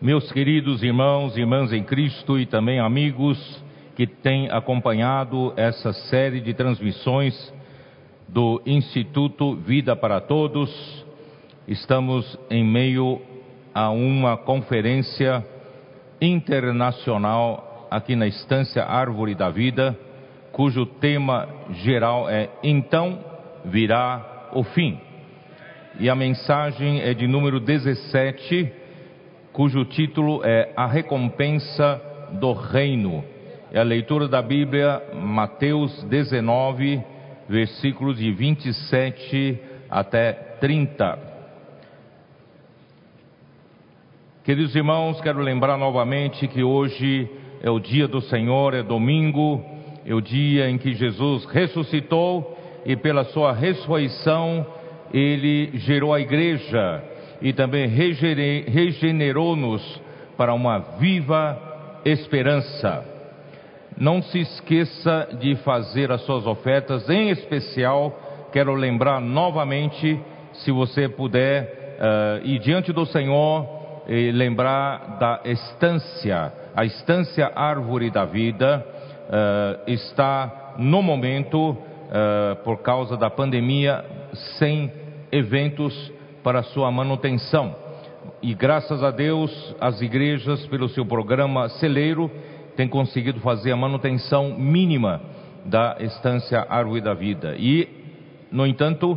Meus queridos irmãos e irmãs em Cristo e também amigos que têm acompanhado essa série de transmissões do Instituto Vida para Todos, estamos em meio a uma conferência internacional aqui na Estância Árvore da Vida, cujo tema geral é Então Virá o Fim. E a mensagem é de número 17, cujo título é A Recompensa do Reino. É a leitura da Bíblia, Mateus 19, versículos de 27 até 30. Queridos irmãos, quero lembrar novamente que hoje é o dia do Senhor, é domingo, é o dia em que Jesus ressuscitou e pela sua ressurreição Ele gerou a igreja e também regenerou-nos para uma viva esperança. Não se esqueça de fazer as suas ofertas, em especial, quero lembrar novamente, se você puder, ir diante do Senhor, e lembrar da estância, a Estância Árvore da Vida, está no momento, por causa da pandemia, sem eventos para sua manutenção. E graças a Deus, as igrejas, pelo seu programa Celeiro, têm conseguido fazer a manutenção mínima da Estância Árvore da Vida. E, no entanto,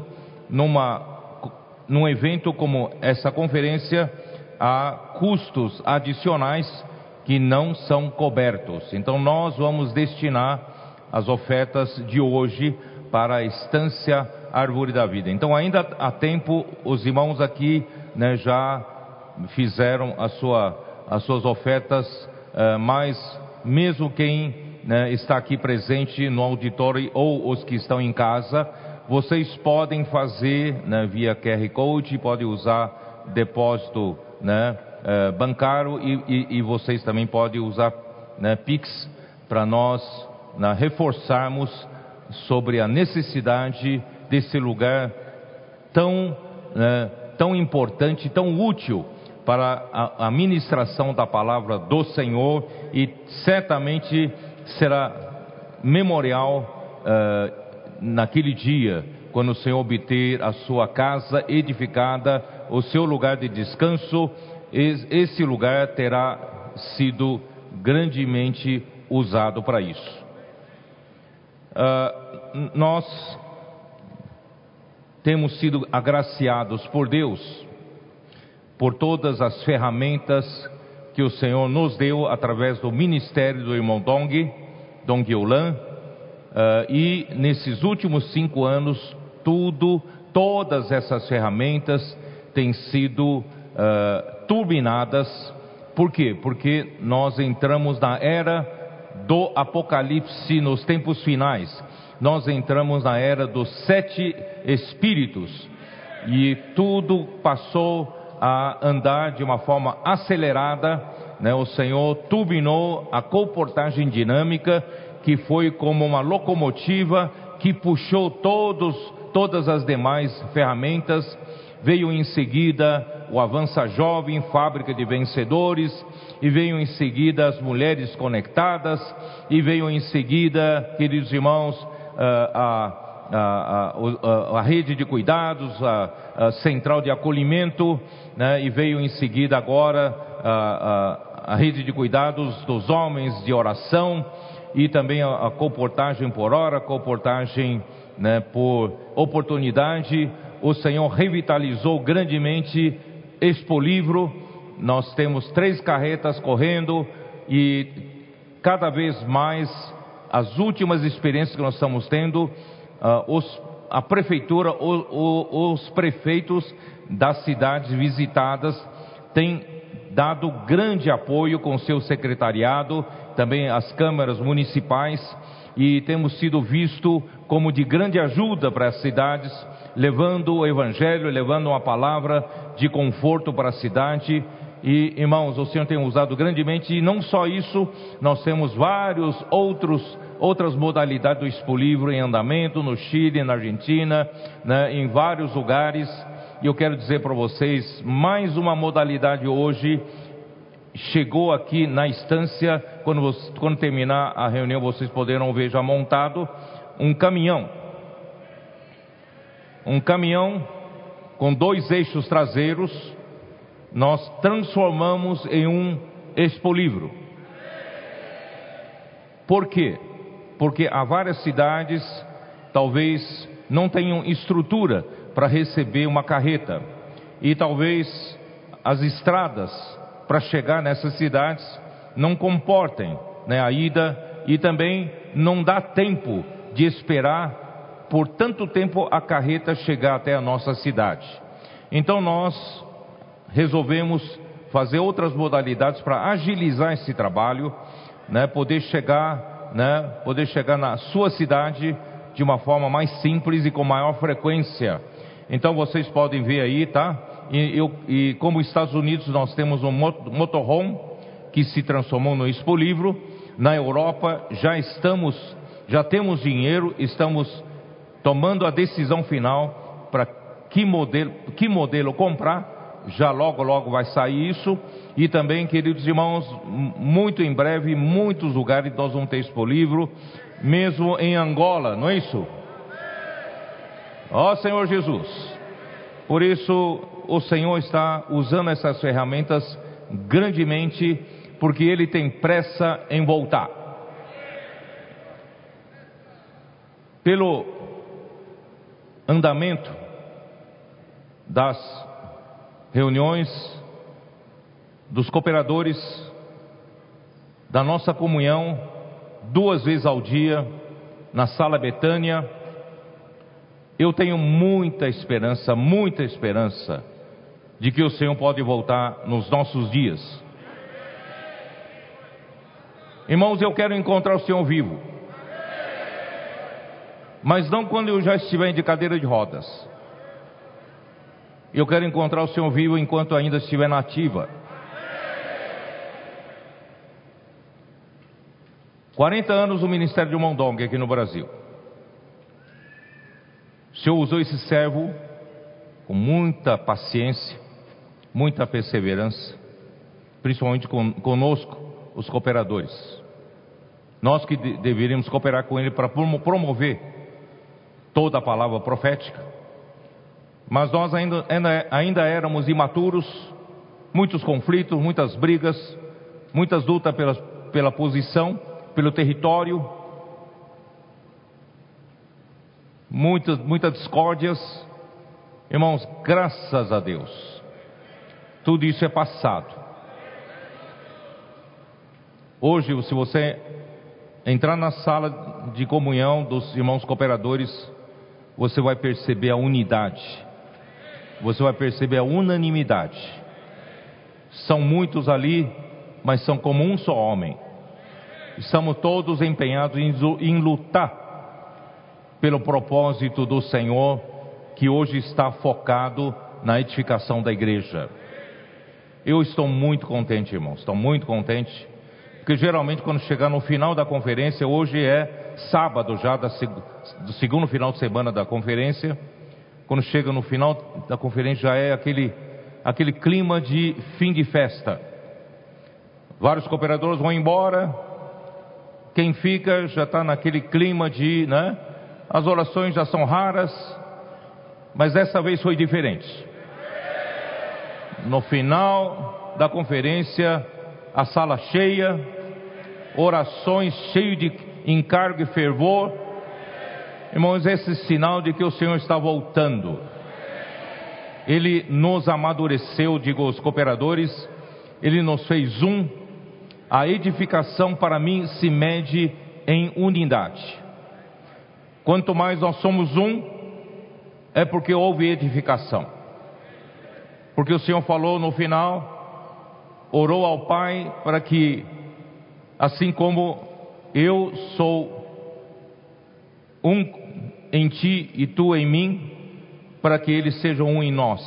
num evento como essa conferência, há custos adicionais que não são cobertos. Então nós vamos destinar as ofertas de hoje para a Estância Árvore da Vida. Então ainda há tempo, os irmãos aqui, já fizeram as suas ofertas, mas mesmo quem está aqui presente no auditório ou os que estão em casa, vocês podem fazer via QR Code, podem usar depósito bancário e vocês também podem usar Pix para nós reforçarmos sobre a necessidade desse lugar tão importante, tão útil para a ministração da palavra do Senhor, e certamente será memorial naquele dia, quando o Senhor obter a sua casa edificada, o seu lugar de descanso. Esse lugar terá sido grandemente usado para isso. Nós temos sido agraciados por Deus, por todas as ferramentas que o Senhor nos deu através do ministério do irmão Dong Yolan, e nesses últimos 5 anos, todas essas ferramentas têm sido turbinadas. Por quê? Porque nós entramos na era do Apocalipse nos tempos finais. Nós entramos na era dos 7 Espíritos e tudo passou a andar de uma forma acelerada, O Senhor turbinou a comportagem dinâmica, que foi como uma locomotiva que puxou todas as demais ferramentas. Veio em seguida o Avança Jovem, Fábrica de Vencedores, e veio em seguida as Mulheres Conectadas, e veio em seguida, queridos irmãos, a Rede de Cuidados, a Central de Acolhimento, e veio em seguida agora a Rede de Cuidados dos Homens de Oração, e também a comportagem por hora, comportagem por oportunidade. O Senhor revitalizou grandemente Expo Livro. Nós temos 3 carretas correndo, e cada vez mais as últimas experiências que nós estamos tendo, a prefeitura, os prefeitos das cidades visitadas têm dado grande apoio com seu secretariado, também as câmaras municipais, e temos sido visto como de grande ajuda para as cidades, levando o Evangelho, levando uma palavra de conforto para a cidade. E, irmãos, o Senhor tem usado grandemente, e não só isso, nós temos outras modalidades do Expo Livro em andamento, no Chile, na Argentina, em vários lugares. E eu quero dizer para vocês, mais uma modalidade hoje chegou aqui na estância, quando terminar a reunião vocês poderão ver já montado um caminhão. Um caminhão com 2 eixos traseiros, nós transformamos em um expolivro. Por quê? Porque há várias cidades, talvez não tenham estrutura para receber uma carreta. E talvez as estradas para chegar nessas cidades não comportem, né, a ida, e também não dá tempo de esperar por tanto tempo a carreta chegar até a nossa cidade. Então nós resolvemos fazer outras modalidades para agilizar esse trabalho, né, poder chegar na sua cidade de uma forma mais simples e com maior frequência. Então vocês podem ver aí, tá? E como os Estados Unidos nós temos um motorhome que se transformou no expolivro. Na Europa já temos dinheiro, estamos tomando a decisão final para que modelo comprar. Já logo vai sair isso. E também, queridos irmãos, muito em breve, em muitos lugares nós vamos ter expolivro, mesmo em Angola, não é isso? Ó Senhor Jesus. Por isso o Senhor está usando essas ferramentas grandemente, porque Ele tem pressa em voltar. Pelo andamento das reuniões dos cooperadores, da nossa comunhão, 2 vezes ao dia, na Sala Betânia, eu tenho muita esperança de que o Senhor pode voltar nos nossos dias. Irmãos, eu quero encontrar o Senhor vivo, mas não quando eu já estiver de cadeira de rodas. Eu quero encontrar o Senhor vivo enquanto ainda estiver na ativa. 40 anos o ministério de Mondong aqui no Brasil. O Senhor usou esse servo com muita paciência, muita perseverança, principalmente conosco, os cooperadores. Nós que deveríamos cooperar com Ele para promover toda a palavra profética. Mas nós ainda éramos imaturos, muitos conflitos, muitas brigas, muitas lutas pela posição, pelo território, muitas discórdias. Irmãos, graças a Deus, tudo isso é passado. Hoje, se você entrar na sala de comunhão dos irmãos cooperadores, você vai perceber a unidade, você vai perceber a unanimidade. São muitos ali, mas são como um só homem. Estamos todos empenhados em lutar pelo propósito do Senhor, que hoje está focado na edificação da igreja. Eu estou muito contente, irmãos, estou muito contente, porque geralmente quando chegar no final da conferência, hoje é sábado já do segundo final de semana da conferência, quando chega no final da conferência já é aquele clima de fim de festa. Vários cooperadores vão embora, quem fica já está naquele clima de, né? As orações já são raras, mas dessa vez foi diferente. No final da conferência, a sala cheia, orações cheias de encargo e fervor. Irmãos, esse é sinal de que o Senhor está voltando. Ele nos amadureceu, digo os cooperadores, Ele nos fez A edificação para mim se mede em unidade. Quanto mais nós somos é porque houve edificação. Porque o Senhor falou no final, orou ao Pai para que, assim como eu sou em ti e tu em mim, para que eles sejam em nós.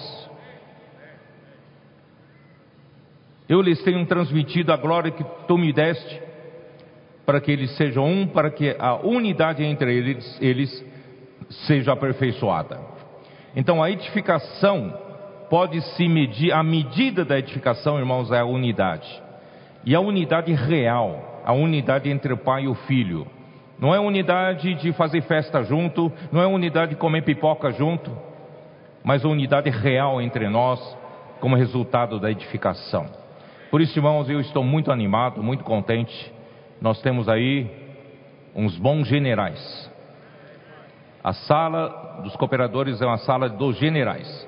Eu lhes tenho transmitido a glória que tu me deste, para que eles sejam para que a unidade entre eles seja aperfeiçoada. Então a edificação pode se medir, a medida da edificação, irmãos, é a unidade. E a unidade real, a unidade entre o pai e o filho. Não é unidade de fazer festa junto, não é unidade de comer pipoca junto, mas a unidade real entre nós como resultado da edificação. Por isso, irmãos, eu estou muito animado, muito contente. Nós temos aí uns bons generais. A sala dos cooperadores é uma sala dos generais.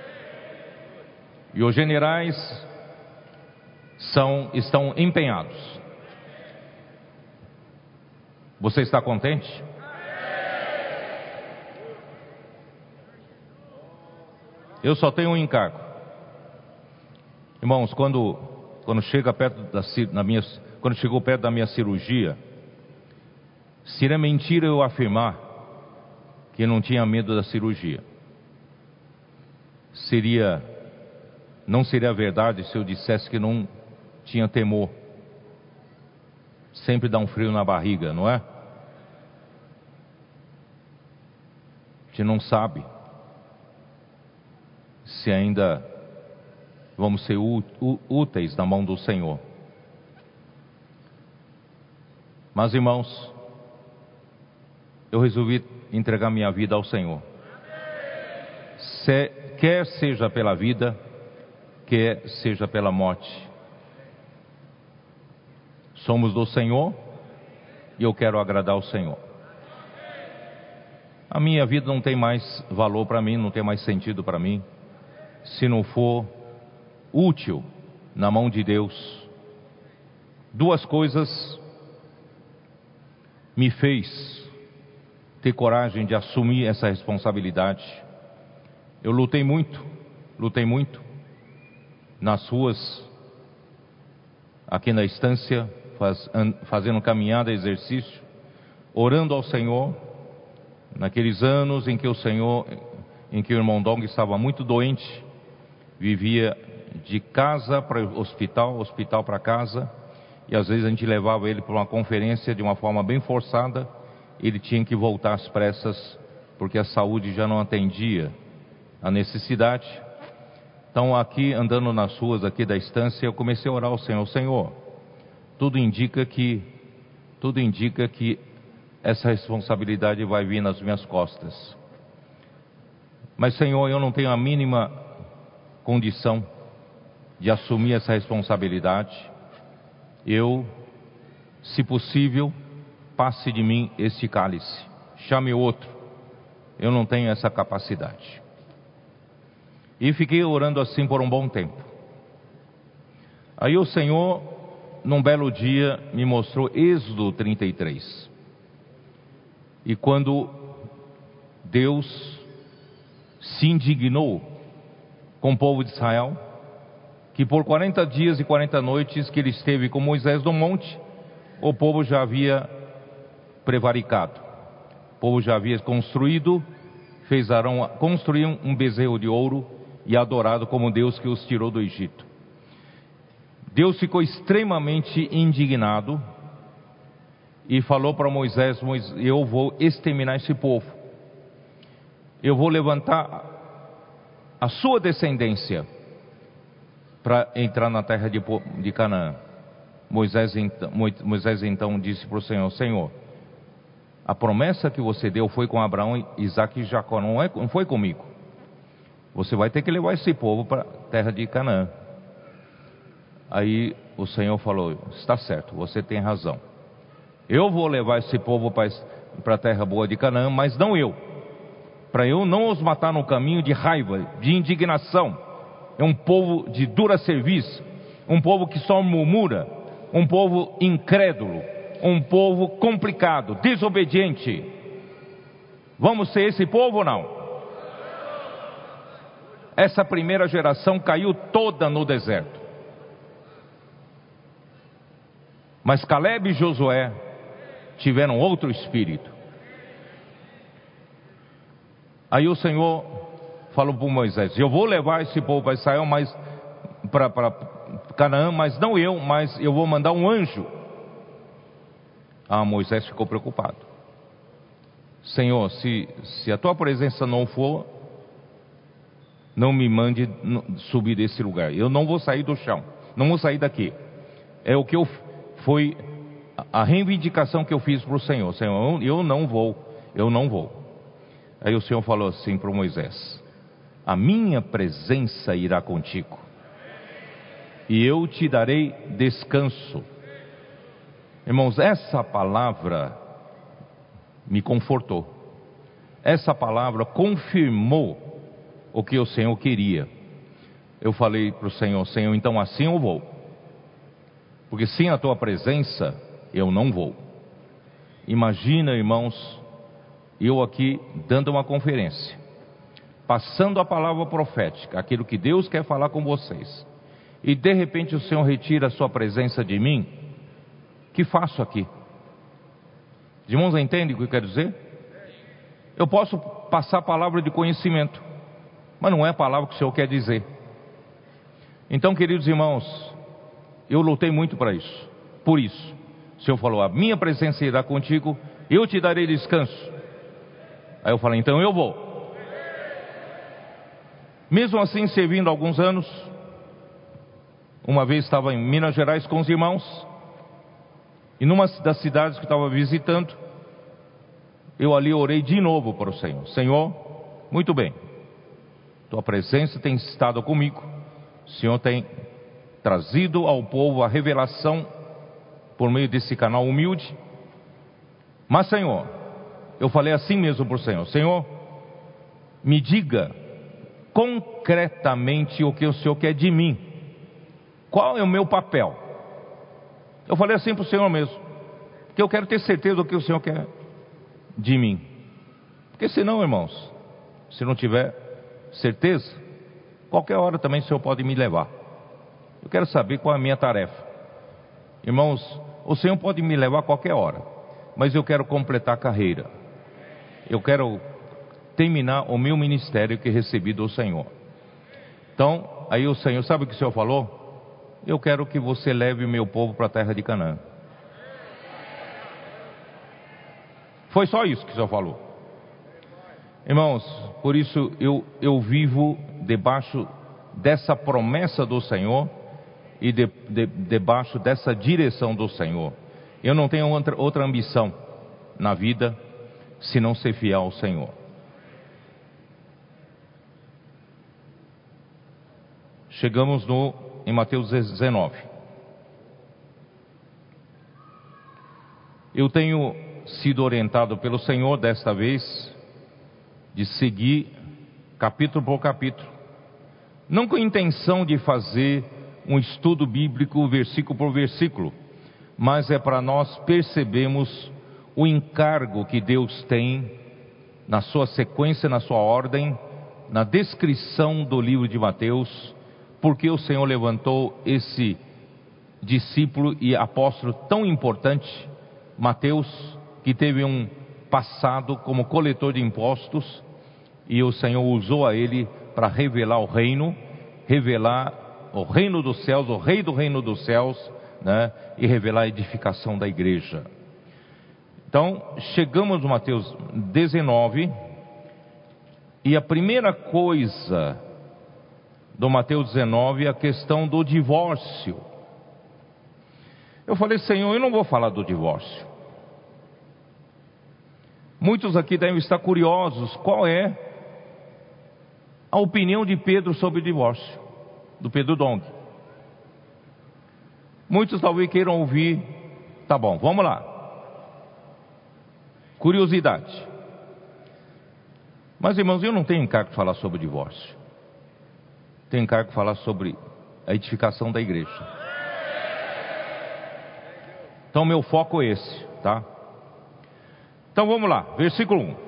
E os generais estão empenhados. Você está contente? Eu só tenho um encargo. Irmãos, quando chegou perto da minha cirurgia, seria mentira eu afirmar que não tinha medo da cirurgia. Não seria verdade se eu dissesse que não tinha temor. Sempre dá um frio na barriga, não é? A gente não sabe se ainda vamos ser úteis na mão do Senhor. Mas, irmãos, eu resolvi entregar minha vida ao Senhor. Quer seja pela vida, quer seja pela morte. Somos do Senhor e eu quero agradar o Senhor. A minha vida não tem mais valor para mim, não tem mais sentido para mim, se não for útil na mão de Deus. Duas coisas me fez ter coragem de assumir essa responsabilidade. Eu lutei muito nas ruas, aqui na estância, fazendo caminhada, exercício, orando ao Senhor, naqueles anos em que o irmão Dong estava muito doente, vivia de casa para hospital para casa, e às vezes a gente levava ele para uma conferência de uma forma bem forçada, ele tinha que voltar às pressas, porque a saúde já não atendia a necessidade. Então, aqui, andando nas ruas aqui da estância, eu comecei a orar ao Senhor. Senhor, tudo indica que essa responsabilidade vai vir nas minhas costas. Mas, Senhor, eu não tenho a mínima condição de assumir essa responsabilidade. Eu, se possível, passe de mim este cálice, chame outro. Eu não tenho essa capacidade. E fiquei orando assim por um bom tempo. Aí o Senhor, num belo dia, me mostrou Êxodo 33. E quando Deus se indignou com o povo de Israel, que por 40 dias e 40 noites que ele esteve com Moisés no monte, o povo já havia prevaricado. O povo já havia construído, fez Arão construir um bezerro de ouro e adorado como Deus que os tirou do Egito. Deus ficou extremamente indignado e falou para Moisés: eu vou exterminar esse povo. Eu vou levantar a sua descendência para entrar na terra de Canaã. Moisés então disse para o Senhor: Senhor, a promessa que você deu foi com Abraão, Isaque e Jacó, não foi comigo. Você vai ter que levar esse povo para a terra de Canaã. Aí o Senhor falou: está certo, você tem razão. Eu vou levar esse povo para a terra boa de Canaã, mas não eu. Para eu não os matar no caminho de raiva, de indignação. É um povo de dura serviço, um povo que só murmura, um povo incrédulo, um povo complicado, desobediente. Vamos ser esse povo ou não? Essa primeira geração caiu toda no deserto. Mas Caleb e Josué tiveram outro espírito. Aí o Senhor falou para Moisés: eu vou levar esse povo para Israel, mas para Canaã, mas não eu, mas eu vou mandar um anjo. Moisés ficou preocupado. Senhor, se a tua presença não for, não me mande subir desse lugar. Eu não vou sair do chão, não vou sair daqui. É o que foi a reivindicação que eu fiz para o Senhor. Senhor, eu não vou. Aí o Senhor falou assim para Moisés: a minha presença irá contigo, e eu te darei descanso. Irmãos, essa palavra me confortou. Essa palavra confirmou o que o Senhor queria. Eu falei para o Senhor: Senhor, então assim eu vou, porque sem a tua presença eu não vou. Imagina, irmãos, eu aqui dando uma conferência, passando a palavra profética, aquilo que Deus quer falar com vocês, e de repente o Senhor retira a sua presença de mim. O que faço aqui? Os irmãos entendem o que eu quero dizer? Eu posso passar a palavra de conhecimento, mas não é a palavra que o Senhor quer dizer. Então, queridos irmãos, eu lutei muito para isso. Por isso, o Senhor falou: a minha presença irá contigo, eu te darei descanso. Aí eu falei: então eu vou. Mesmo assim, servindo alguns anos, uma vez estava em Minas Gerais com os irmãos, e numa das cidades que eu estava visitando, eu ali orei de novo para o Senhor: Senhor, muito bem, tua presença tem estado comigo, o Senhor tem trazido ao povo a revelação por meio desse canal humilde, mas Senhor, eu falei assim mesmo para o Senhor: Senhor, me diga concretamente o que o Senhor quer de mim, qual é o meu papel. Eu falei assim para o Senhor mesmo, porque eu quero ter certeza do que o Senhor quer de mim, porque senão, irmãos, se não tiver certeza, qualquer hora também o Senhor pode me levar. Eu quero saber qual é a minha tarefa. Irmãos, o Senhor pode me levar a qualquer hora, mas eu quero completar a carreira, eu quero terminar o meu ministério que recebi do Senhor. Então, aí o Senhor, sabe o que o Senhor falou? Eu quero que você leve o meu povo para a terra de Canaã. Foi só isso que o Senhor falou. Irmãos, por isso eu vivo debaixo dessa promessa do Senhor e debaixo dessa direção do Senhor. Eu não tenho outra ambição na vida senão ser fiel ao Senhor. Chegamos em Mateus 19. Eu tenho sido orientado pelo Senhor desta vez de seguir capítulo por capítulo, não com a intenção de fazer um estudo bíblico versículo por versículo, mas é para nós percebermos o encargo que Deus tem na sua sequência, na sua ordem, na descrição do livro de Mateus, porque o Senhor levantou esse discípulo e apóstolo tão importante, Mateus, que teve um passado como coletor de impostos, e o Senhor usou a ele para revelar o reino dos céus, o rei do reino dos céus, né? E revelar a edificação da igreja. Então, chegamos no Mateus 19, e a primeira coisa do Mateus 19 é a questão do divórcio. Eu falei: Senhor, eu não vou falar do divórcio. Muitos aqui devem estar curiosos, qual é a opinião de Pedro sobre o divórcio, do Pedro Dong. Muitos talvez queiram ouvir. Tá bom, vamos lá. Curiosidade. Mas, irmãos, eu não tenho encargo de falar sobre o divórcio. Tenho encargo de falar sobre a edificação da igreja. Então meu foco é esse, tá? Então vamos lá, versículo 1.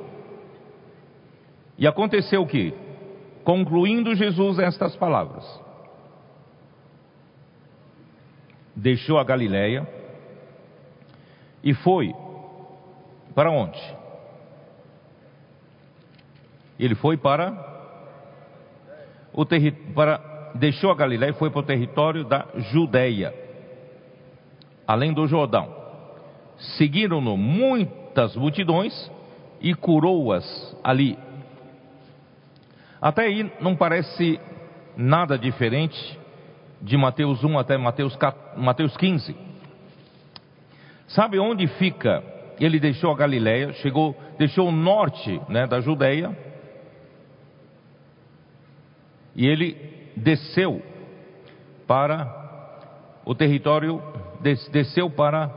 E aconteceu que, concluindo Jesus estas palavras, deixou a Galileia e foi para onde? Ele foi deixou a Galileia e foi para o território da Judeia, além do Jordão. Seguiram-no muitas multidões e curou-as ali. Até aí não parece nada diferente de Mateus 1 até Mateus 15. Sabe onde fica? Ele deixou a Galileia, deixou o norte, da Judeia, e ele desceu para o território, desceu para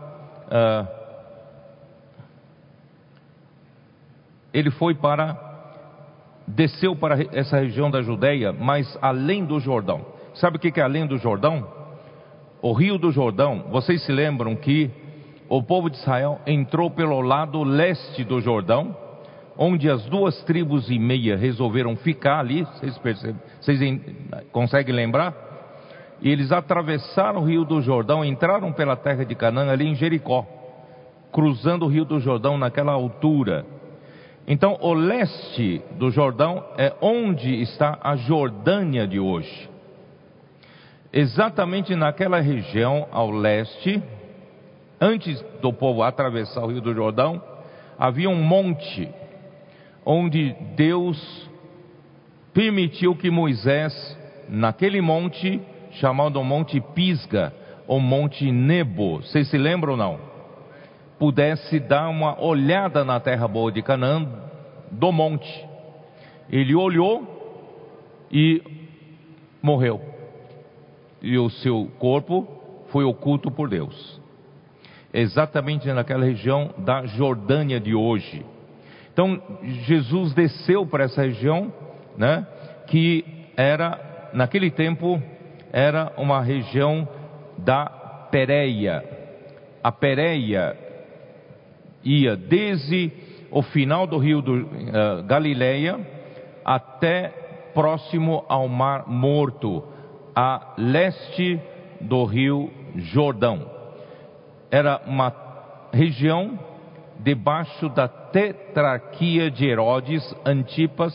essa região da Judeia, mas além do Jordão. Sabe o que é além do Jordão? O Rio do Jordão. Vocês se lembram que o povo de Israel entrou pelo lado leste do Jordão, onde as 2,5 tribos resolveram ficar ali. Vocês conseguem lembrar? E eles atravessaram o Rio do Jordão, entraram pela terra de Canaã ali em Jericó, cruzando o Rio do Jordão naquela altura. Então o leste do Jordão é onde está a Jordânia de hoje. Exatamente naquela região ao leste, antes do povo atravessar o Rio do Jordão, havia um monte onde Deus permitiu que Moisés, naquele monte chamado Monte Pisga ou Monte Nebo, vocês se lembram ou não? Pudesse dar uma olhada na terra boa de Canaã do monte. Ele olhou e morreu, e o seu corpo foi oculto por Deus, exatamente naquela região da Jordânia de hoje. Então Jesus desceu para essa região, que era, naquele tempo, era uma região da Pérea. A Pérea ia desde o final do rio Galileia até próximo ao Mar Morto, a leste do rio Jordão. Era uma região debaixo da tetrarquia de Herodes Antipas,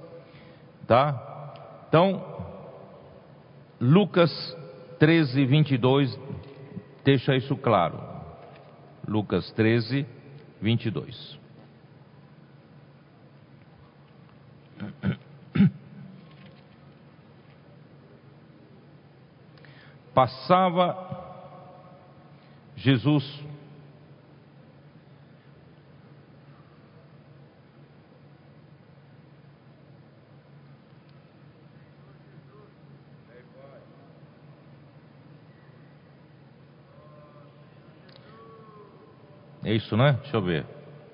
Então, Lucas 13, 22 deixa isso claro. Lucas 13, 22. Passava Jesus é isso, né? Deixa eu ver.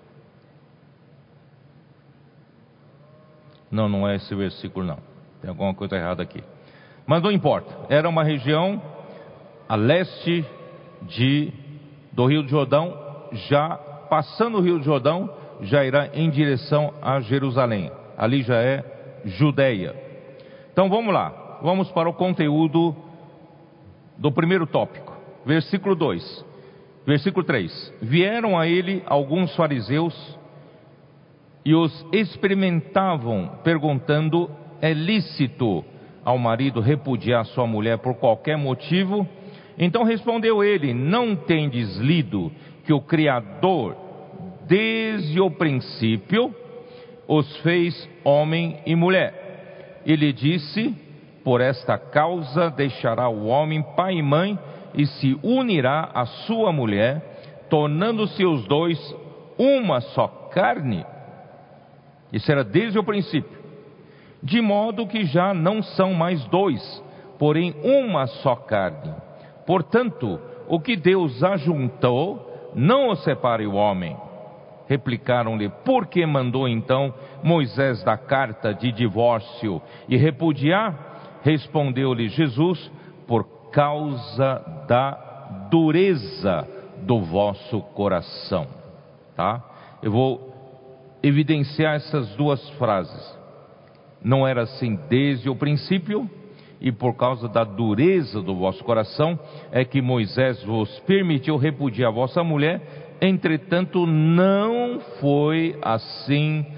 Não é esse versículo não. Tem alguma coisa errada aqui. Mas não importa. Era uma região a leste do Rio do Jordão. Já passando o Rio do Jordão, já irá em direção a Jerusalém. Ali já é Judeia. Então vamos lá. Vamos para o conteúdo do primeiro tópico. Versículo 2. Versículo 3. Vieram a ele alguns fariseus e os experimentavam, perguntando: é lícito ao marido repudiar sua mulher por qualquer motivo? Então respondeu ele: não tendes lido que o Criador, desde o princípio, os fez homem e mulher? Ele disse: por esta causa deixará o homem pai e mãe e se unirá à sua mulher, tornando-se os dois uma só carne. Isso era desde o princípio. De modo que já não são mais dois, porém uma só carne. Portanto, o que Deus ajuntou, não o separe o homem. Replicaram-lhe: por que mandou então Moisés dar carta de divórcio e repudiar? Respondeu-lhe Jesus: por causa da dureza do vosso coração. Eu vou evidenciar essas duas frases. Não era assim desde o princípio, e por causa da dureza do vosso coração é que Moisés vos permitiu repudiar a vossa mulher. Entretanto, não foi assim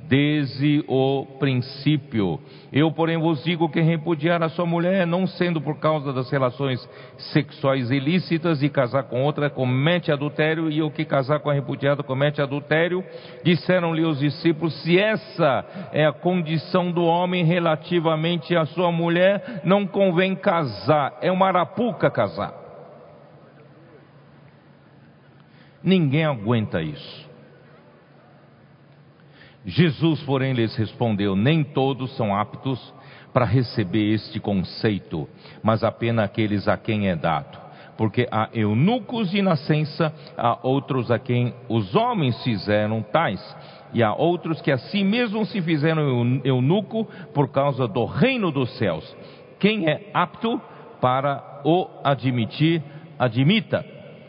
desde o princípio. Eu, porém, vos digo que repudiar a sua mulher, não sendo por causa das relações sexuais ilícitas, e casar com outra comete adultério, e o que casar com a repudiada comete adultério. Disseram-lhe os discípulos: se essa é a condição do homem relativamente à sua mulher, não convém casar. É uma arapuca casar. Ninguém aguenta isso. Jesus, porém, lhes respondeu: nem todos são aptos para receber este conceito, mas apenas aqueles a quem é dado. Porque há eunucos de nascença, há outros a quem os homens fizeram tais, e há outros que a si mesmos se fizeram eunuco por causa do reino dos céus. Quem é apto para o admitir, admita.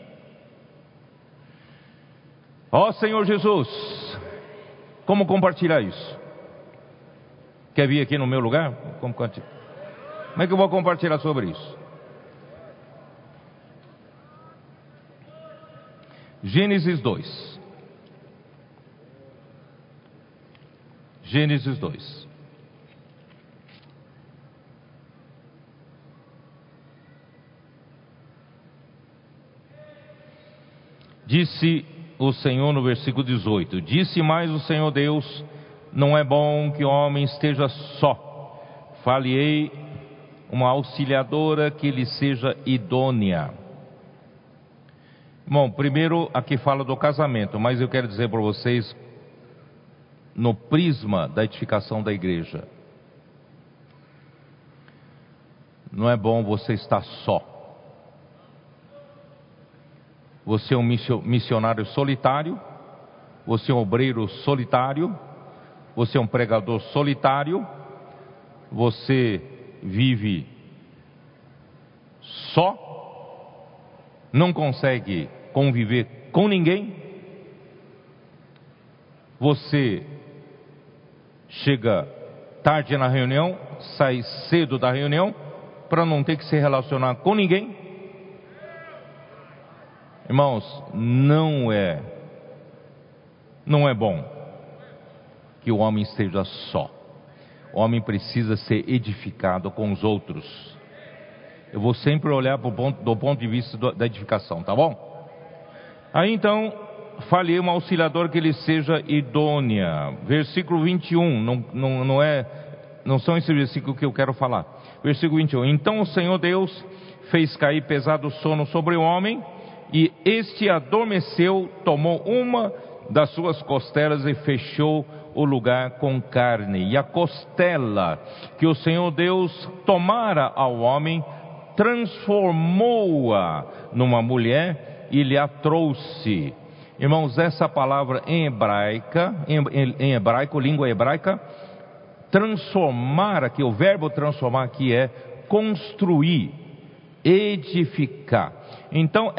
Ó Senhor Jesus, como compartilhar isso? Quer vir aqui no meu lugar? Como é que eu vou compartilhar sobre isso? Gênesis 2. Gênesis 2. Disse o Senhor no versículo 18: disse mais o Senhor Deus: não é bom que o homem esteja só, far-lhe-ei uma auxiliadora que lhe seja idônea. Bom, primeiro aqui fala do casamento, mas eu quero dizer para vocês, no prisma da edificação da igreja, não é bom você estar só. Você é um missionário solitário, você é um obreiro solitário, você é um pregador solitário, você vive só, não consegue conviver com ninguém, você chega tarde na reunião, sai cedo da reunião, para não ter que se relacionar com ninguém. Irmãos, não é bom que o homem esteja só. O homem precisa ser edificado com os outros. Eu vou sempre olhar do ponto de vista da edificação, tá bom? Aí então, falei uma auxiliadora que lhe seja idônea. Versículo 21, não são esses versículos que eu quero falar. Versículo 21, então o Senhor Deus fez cair pesado sono sobre o homem, e este adormeceu, tomou uma das suas costelas e fechou o lugar com carne. E a costela que o Senhor Deus tomara ao homem, transformou-a numa mulher e lhe a trouxe. Irmãos, essa palavra em hebraico, língua hebraica, transformar aqui, o verbo transformar aqui é construir, edificar. Então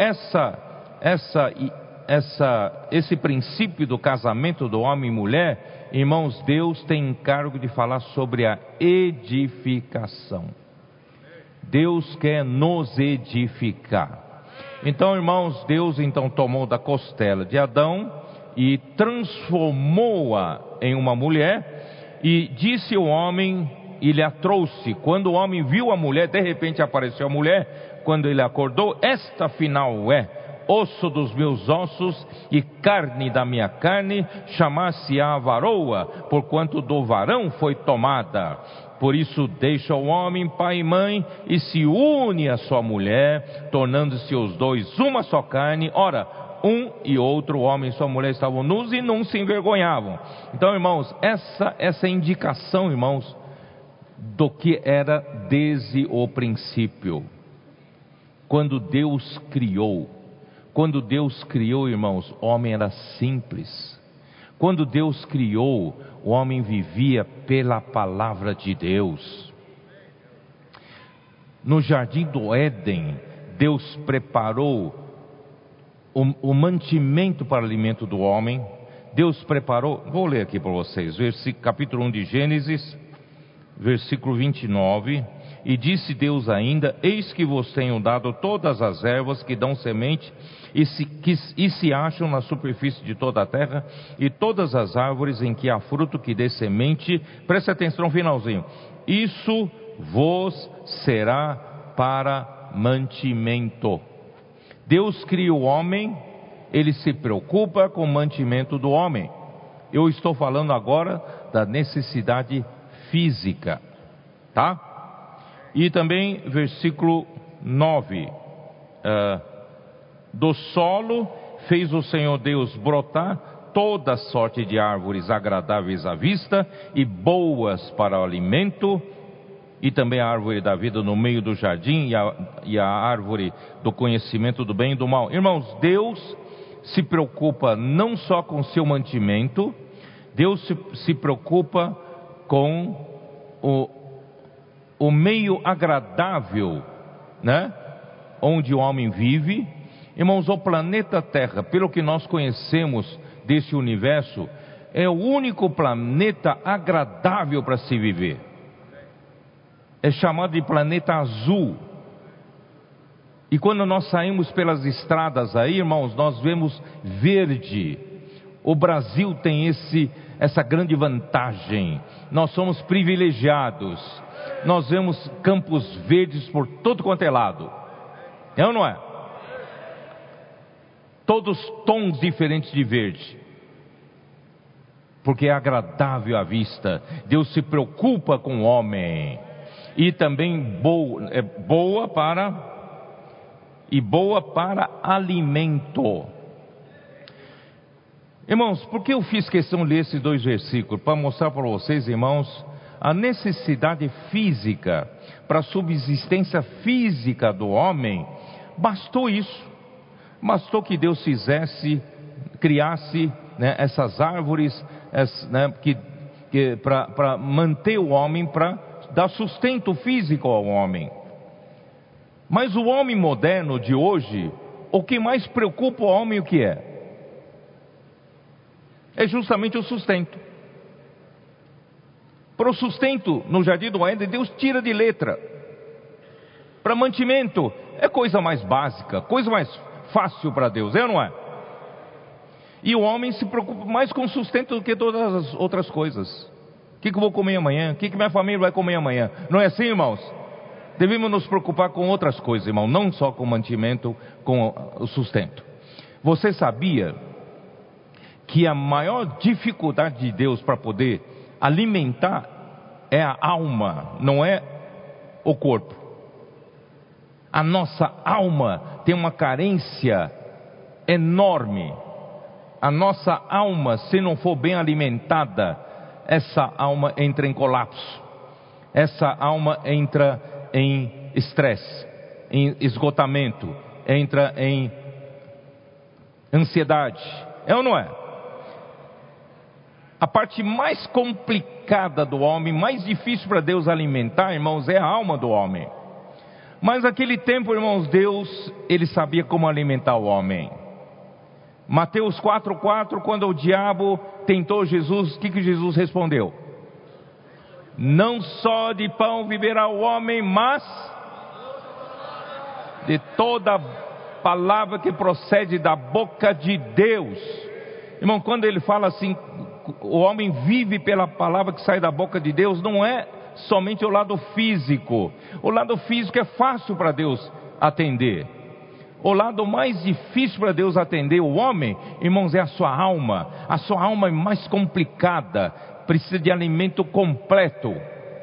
esse princípio do casamento do homem e mulher, irmãos, Deus tem encargo de falar sobre a edificação. Deus quer nos edificar. Então, irmãos, Deus então tomou da costela de Adão e transformou-a em uma mulher, e disse o homem, e lhe a trouxe. Quando o homem viu a mulher, de repente apareceu a mulher. Quando ele acordou, esta afinal é osso dos meus ossos e carne da minha carne, chamar-se-á varoa, porquanto do varão foi tomada. Por isso deixa o homem pai e mãe e se une à sua mulher, tornando-se os dois uma só carne. Ora, um e outro, o homem e sua mulher, estavam nus e não se envergonhavam. Então, irmãos, essa indicação, irmãos, do que era desde o princípio. Quando Deus criou, irmãos, o homem era simples. Quando Deus criou, o homem vivia pela palavra de Deus. No jardim do Éden, Deus preparou o mantimento para o alimento do homem. Deus preparou, vou ler aqui para vocês, capítulo 1 de Gênesis, versículo 29. E disse Deus ainda: eis que vos tenho dado todas as ervas que dão semente e se acham na superfície de toda a terra, e todas as árvores em que há fruto que dê semente. Preste atenção no finalzinho: isso vos será para mantimento. Deus cria o homem, Ele se preocupa com o mantimento do homem. Eu estou falando agora da necessidade física, tá? E também versículo 9, do solo fez o Senhor Deus brotar toda sorte de árvores agradáveis à vista e boas para o alimento, e também a árvore da vida no meio do jardim, e a árvore do conhecimento do bem e do mal. Irmãos, Deus se preocupa não só com o seu mantimento, Deus se preocupa com o meio agradável, né, onde o homem vive. Irmãos, o planeta Terra, pelo que nós conhecemos desse universo, é o único planeta agradável para se viver. É chamado de planeta azul. E quando nós saímos pelas estradas aí, irmãos, nós vemos verde. O Brasil tem essa grande vantagem. Nós somos privilegiados. Nós vemos campos verdes por todo quanto é lado. É ou não é? Todos tons diferentes de verde. Porque é agradável à vista. Deus se preocupa com o homem. E também boa para alimento. Irmãos, por que eu fiz questão de ler esses 2 versículos? Para mostrar para vocês, irmãos, a necessidade física, para a subsistência física do homem. Bastou isso. Bastou que Deus criasse, né, essas árvores, né, para manter o homem, para dar sustento físico ao homem. Mas o homem moderno de hoje, o que mais preocupa o homem, o que é? É justamente o sustento. Para o sustento, no jardim do Éden, Deus tira de letra. Para mantimento, é coisa mais básica, coisa mais fácil para Deus, é ou não é? E o homem se preocupa mais com o sustento do que todas as outras coisas. O que eu vou comer amanhã? O que minha família vai comer amanhã? Não é assim, irmãos? Devemos nos preocupar com outras coisas, irmão, não só com o mantimento, com o sustento. Você sabia que a maior dificuldade de Deus para poder alimentar é a alma, não é o corpo? A nossa alma tem uma carência enorme. A nossa alma, se não for bem alimentada, essa alma entra em colapso. Essa alma entra em estresse, em esgotamento, entra em ansiedade. É ou não é? A parte mais complicada do homem, mais difícil para Deus alimentar, irmãos, é a alma do homem. Mas naquele tempo, irmãos, Deus, Ele sabia como alimentar o homem. Mateus 4,4, quando o diabo tentou Jesus, o que Jesus respondeu? Não só de pão viverá o homem, mas de toda palavra que procede da boca de Deus. Irmão, quando ele fala assim, o homem vive pela palavra que sai da boca de Deus, não é somente o lado físico. O lado físico é fácil para Deus atender. O lado mais difícil para Deus atender o homem, irmãos, é a sua alma. A sua alma é mais complicada, precisa de alimento completo.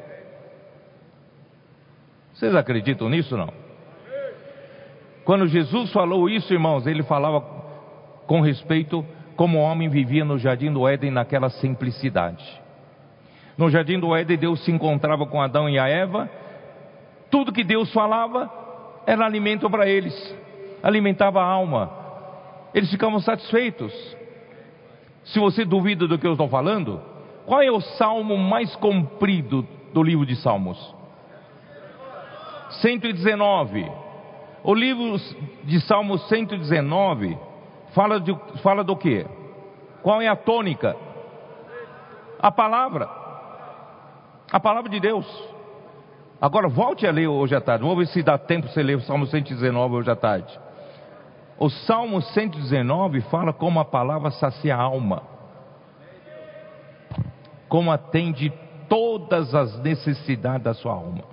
Vocês acreditam nisso, não? Quando Jesus falou isso, irmãos, Ele falava com respeito como o homem vivia no jardim do Éden, naquela simplicidade. No jardim do Éden, Deus se encontrava com Adão e a Eva. Tudo que Deus falava era alimento para eles, alimentava a alma. Eles ficavam satisfeitos. Se você duvida do que eu estou falando, qual é o salmo mais comprido do livro de Salmos? 119. O livro de Salmos 119 fala do quê? Qual é a tônica? A palavra de Deus. Agora volte a ler hoje à tarde. Vamos ver se dá tempo de você ler o Salmo 119 hoje à tarde. O Salmo 119 fala como a palavra sacia a alma, como atende todas as necessidades da sua alma.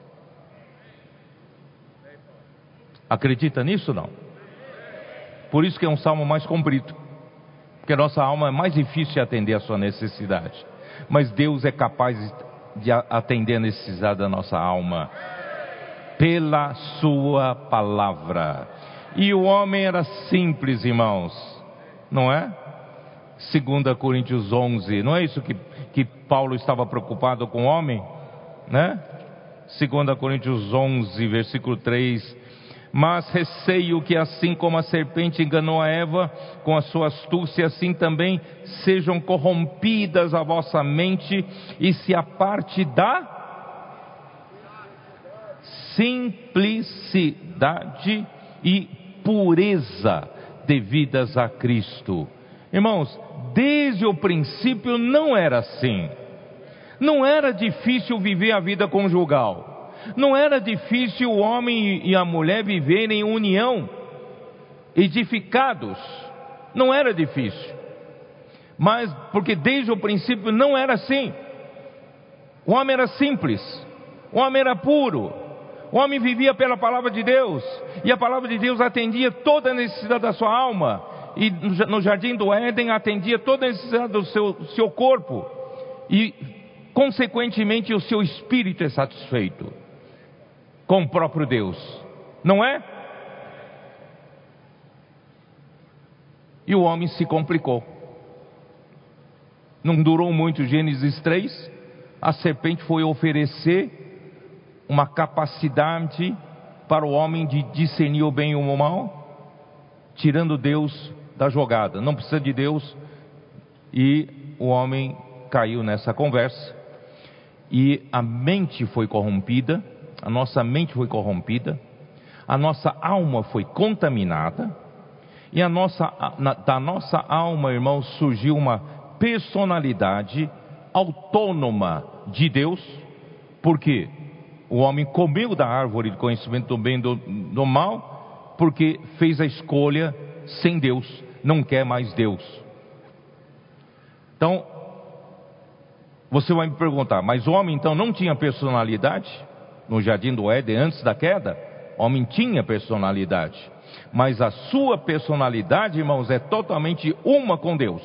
Acredita nisso ou não? Por isso que é um salmo mais comprido, porque a nossa alma é mais difícil de atender a sua necessidade. Mas Deus é capaz de atender a necessidade da nossa alma pela sua palavra. E o homem era simples, irmãos, não é? 2 Coríntios 11, não é isso que Paulo estava preocupado com o homem, né? 2 Coríntios 11, versículo 3: mas receio que assim como a serpente enganou a Eva com a sua astúcia, assim também sejam corrompidas a vossa mente e se aparte da simplicidade e pureza devidas a Cristo. Irmãos, desde o princípio não era assim. Não era difícil viver a vida conjugal. Não era difícil o homem e a mulher viverem em união, edificados. Não era difícil. Mas, porque desde o princípio não era assim. O homem era simples. O homem era puro. O homem vivia pela palavra de Deus. E a palavra de Deus atendia toda a necessidade da sua alma. E no jardim do Éden atendia toda a necessidade do seu corpo. E, consequentemente, o seu espírito é satisfeito com o próprio Deus, não é? E o homem se complicou. Não durou muito. Gênesis 3, a serpente foi oferecer uma capacidade para o homem de discernir o bem e o mal, tirando Deus da jogada. Não precisa de Deus. E o homem caiu nessa conversa. E a mente foi corrompida. A nossa mente foi corrompida, a nossa alma foi contaminada, e da nossa alma, irmãos, surgiu uma personalidade autônoma de Deus, porque o homem comeu da árvore do conhecimento do bem e do mal, porque fez a escolha sem Deus, não quer mais Deus. Então, você vai me perguntar, mas o homem então não tinha personalidade? No jardim do Éden, antes da queda, o homem tinha personalidade. Mas a sua personalidade, irmãos, é totalmente uma com Deus.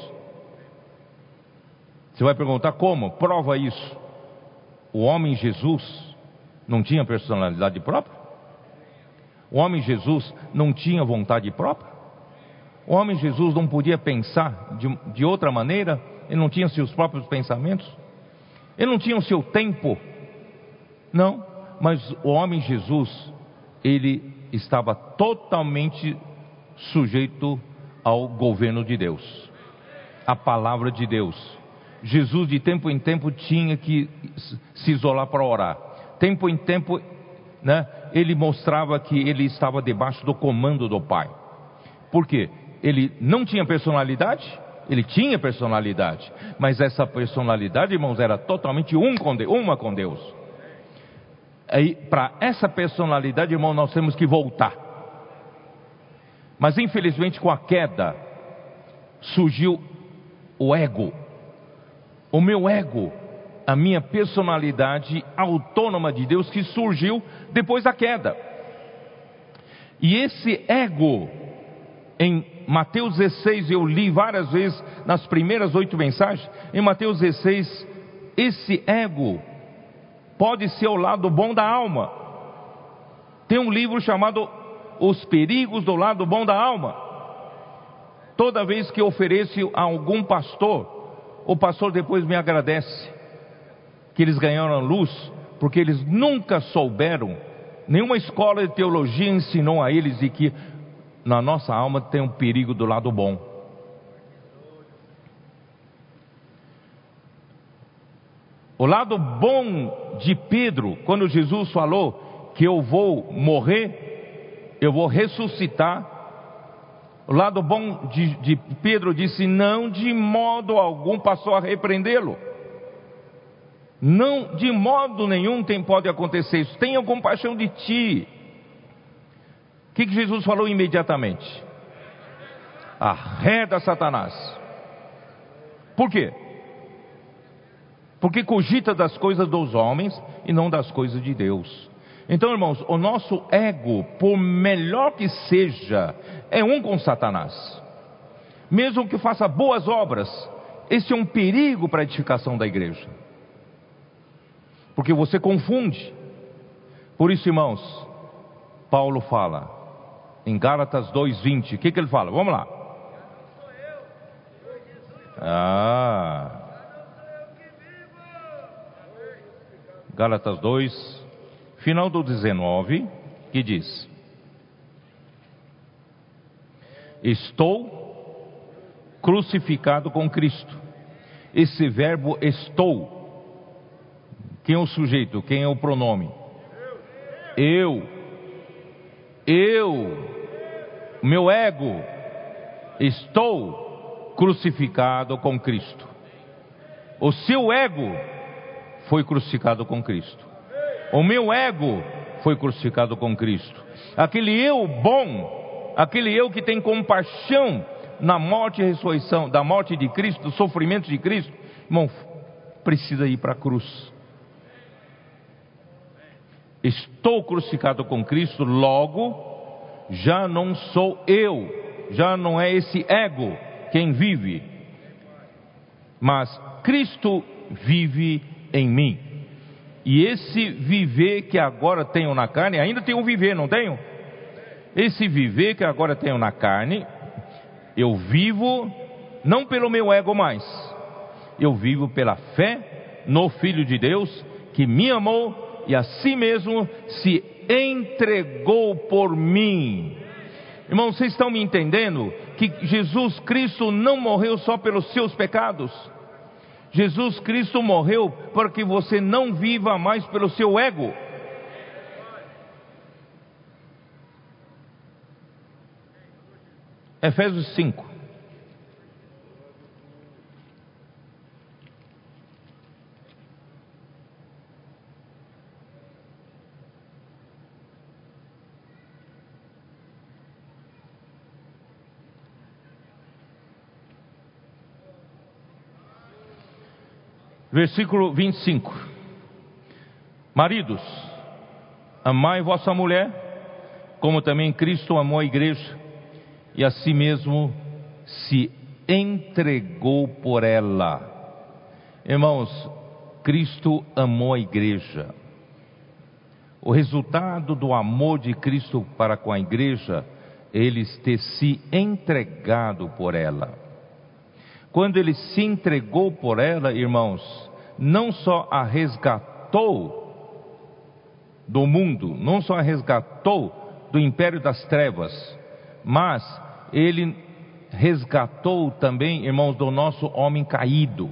Você vai perguntar como? Prova isso. O homem Jesus não tinha personalidade própria? O homem Jesus não tinha vontade própria? O homem Jesus não podia pensar de outra maneira? Ele não tinha seus próprios pensamentos? Ele não tinha o seu tempo? Não. Mas o homem Jesus, ele estava totalmente sujeito ao governo de Deus, à palavra de Deus. Jesus de tempo em tempo tinha que se isolar para orar. Tempo em tempo, né, ele mostrava que ele estava debaixo do comando do Pai. Por quê? Ele não tinha personalidade? Ele tinha personalidade. Mas essa personalidade, irmãos, era totalmente uma com Deus. Aí, para essa personalidade, irmão, nós temos que voltar. Mas infelizmente com a queda surgiu o ego. O meu ego, a minha personalidade autônoma de Deus, que surgiu depois da queda. E esse ego, em Mateus 16, eu li várias vezes nas primeiras 8 mensagens. Em Mateus 16, esse ego pode ser o lado bom da alma. Tem um livro chamado Os Perigos do Lado Bom da Alma. Toda vez que eu ofereço a algum pastor, o pastor depois me agradece que eles ganharam luz, porque eles nunca souberam, nenhuma escola de teologia ensinou a eles de que na nossa alma tem um perigo do lado bom. O lado bom de Pedro, quando Jesus falou que eu vou morrer, eu vou ressuscitar. O lado bom de Pedro disse: não de modo algum, passou a repreendê-lo. Não, de modo nenhum pode acontecer isso. Tenha compaixão de ti. O que Jesus falou imediatamente? Arreda Satanás. Por quê? Porque cogita das coisas dos homens e não das coisas de Deus. Então, irmãos, o nosso ego, por melhor que seja, é um com Satanás. Mesmo que faça boas obras, esse é um perigo para a edificação da igreja. Porque você confunde. Por isso, irmãos, Paulo fala em Gálatas 2:20. O que ele fala? Vamos lá. Gálatas 2, final do 19, que diz: estou crucificado com Cristo. Esse verbo estou, quem é o sujeito? Quem é o pronome? Eu, meu ego, estou crucificado com Cristo. O seu ego foi crucificado com Cristo. O meu ego foi crucificado com Cristo. Aquele eu bom, aquele eu que tem compaixão na morte e ressurreição, da morte de Cristo, do sofrimento de Cristo, irmão, precisa ir para a cruz. Estou crucificado com Cristo, logo já não sou eu, já não é esse ego quem vive, mas Cristo vive em mim. E esse viver que agora tenho na carne, ainda tenho um viver, não tenho? Esse viver que agora tenho na carne, eu vivo não pelo meu ego mais, eu vivo pela fé no Filho de Deus, que me amou e a si mesmo se entregou por mim. Irmãos, vocês estão me entendendo? Que Jesus Cristo não morreu só pelos seus pecados. Jesus Cristo morreu para que você não viva mais pelo seu ego. Efésios 5. Versículo 25. Maridos, amai vossa mulher, como também Cristo amou a igreja, e a si mesmo se entregou por ela. Irmãos, Cristo amou a igreja. O resultado do amor de Cristo para com a igreja, ele ter se entregado por ela. Quando ele se entregou por ela, irmãos, não só a resgatou do mundo, não só a resgatou do império das trevas, mas ele resgatou também, irmãos, do nosso homem caído.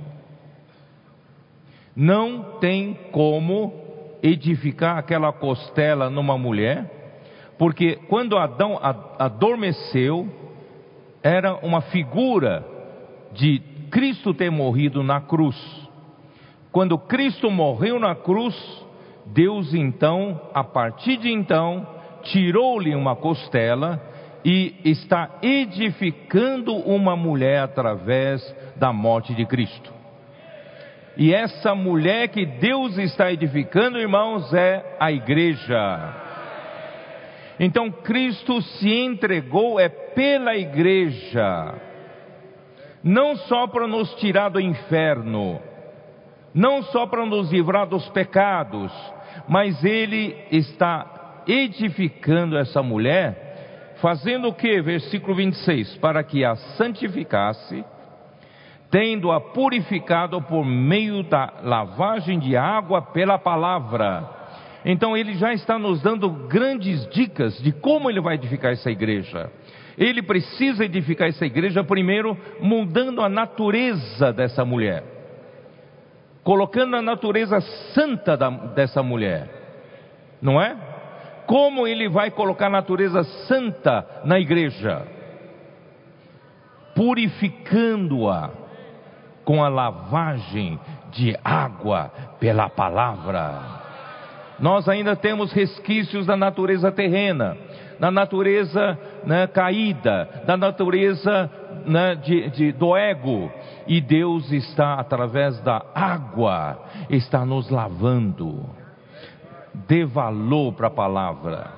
Não tem como edificar aquela costela numa mulher, porque quando Adão adormeceu, era uma figura de Cristo ter morrido na cruz. Quando Cristo morreu na cruz, Deus então, a partir de então, tirou-lhe uma costela e está edificando uma mulher através da morte de Cristo. E essa mulher que Deus está edificando, irmãos, é a igreja. Então Cristo se entregou pela igreja, não só para nos tirar do inferno, não só para nos livrar dos pecados, mas Ele está edificando essa mulher, fazendo o que? Versículo 26, para que a santificasse, tendo-a purificado por meio da lavagem de água pela palavra. Então Ele já está nos dando grandes dicas de como Ele vai edificar essa igreja. Ele precisa edificar essa igreja primeiro mudando a natureza dessa mulher, colocando a natureza santa dessa mulher, não é? Como ele vai colocar a natureza santa na igreja? Purificando-a com a lavagem de água pela palavra. Nós ainda temos resquícios da natureza terrena, da natureza, né, caída, da natureza, né, do ego. E Deus está, através da água, está nos lavando. Dê valor para a palavra.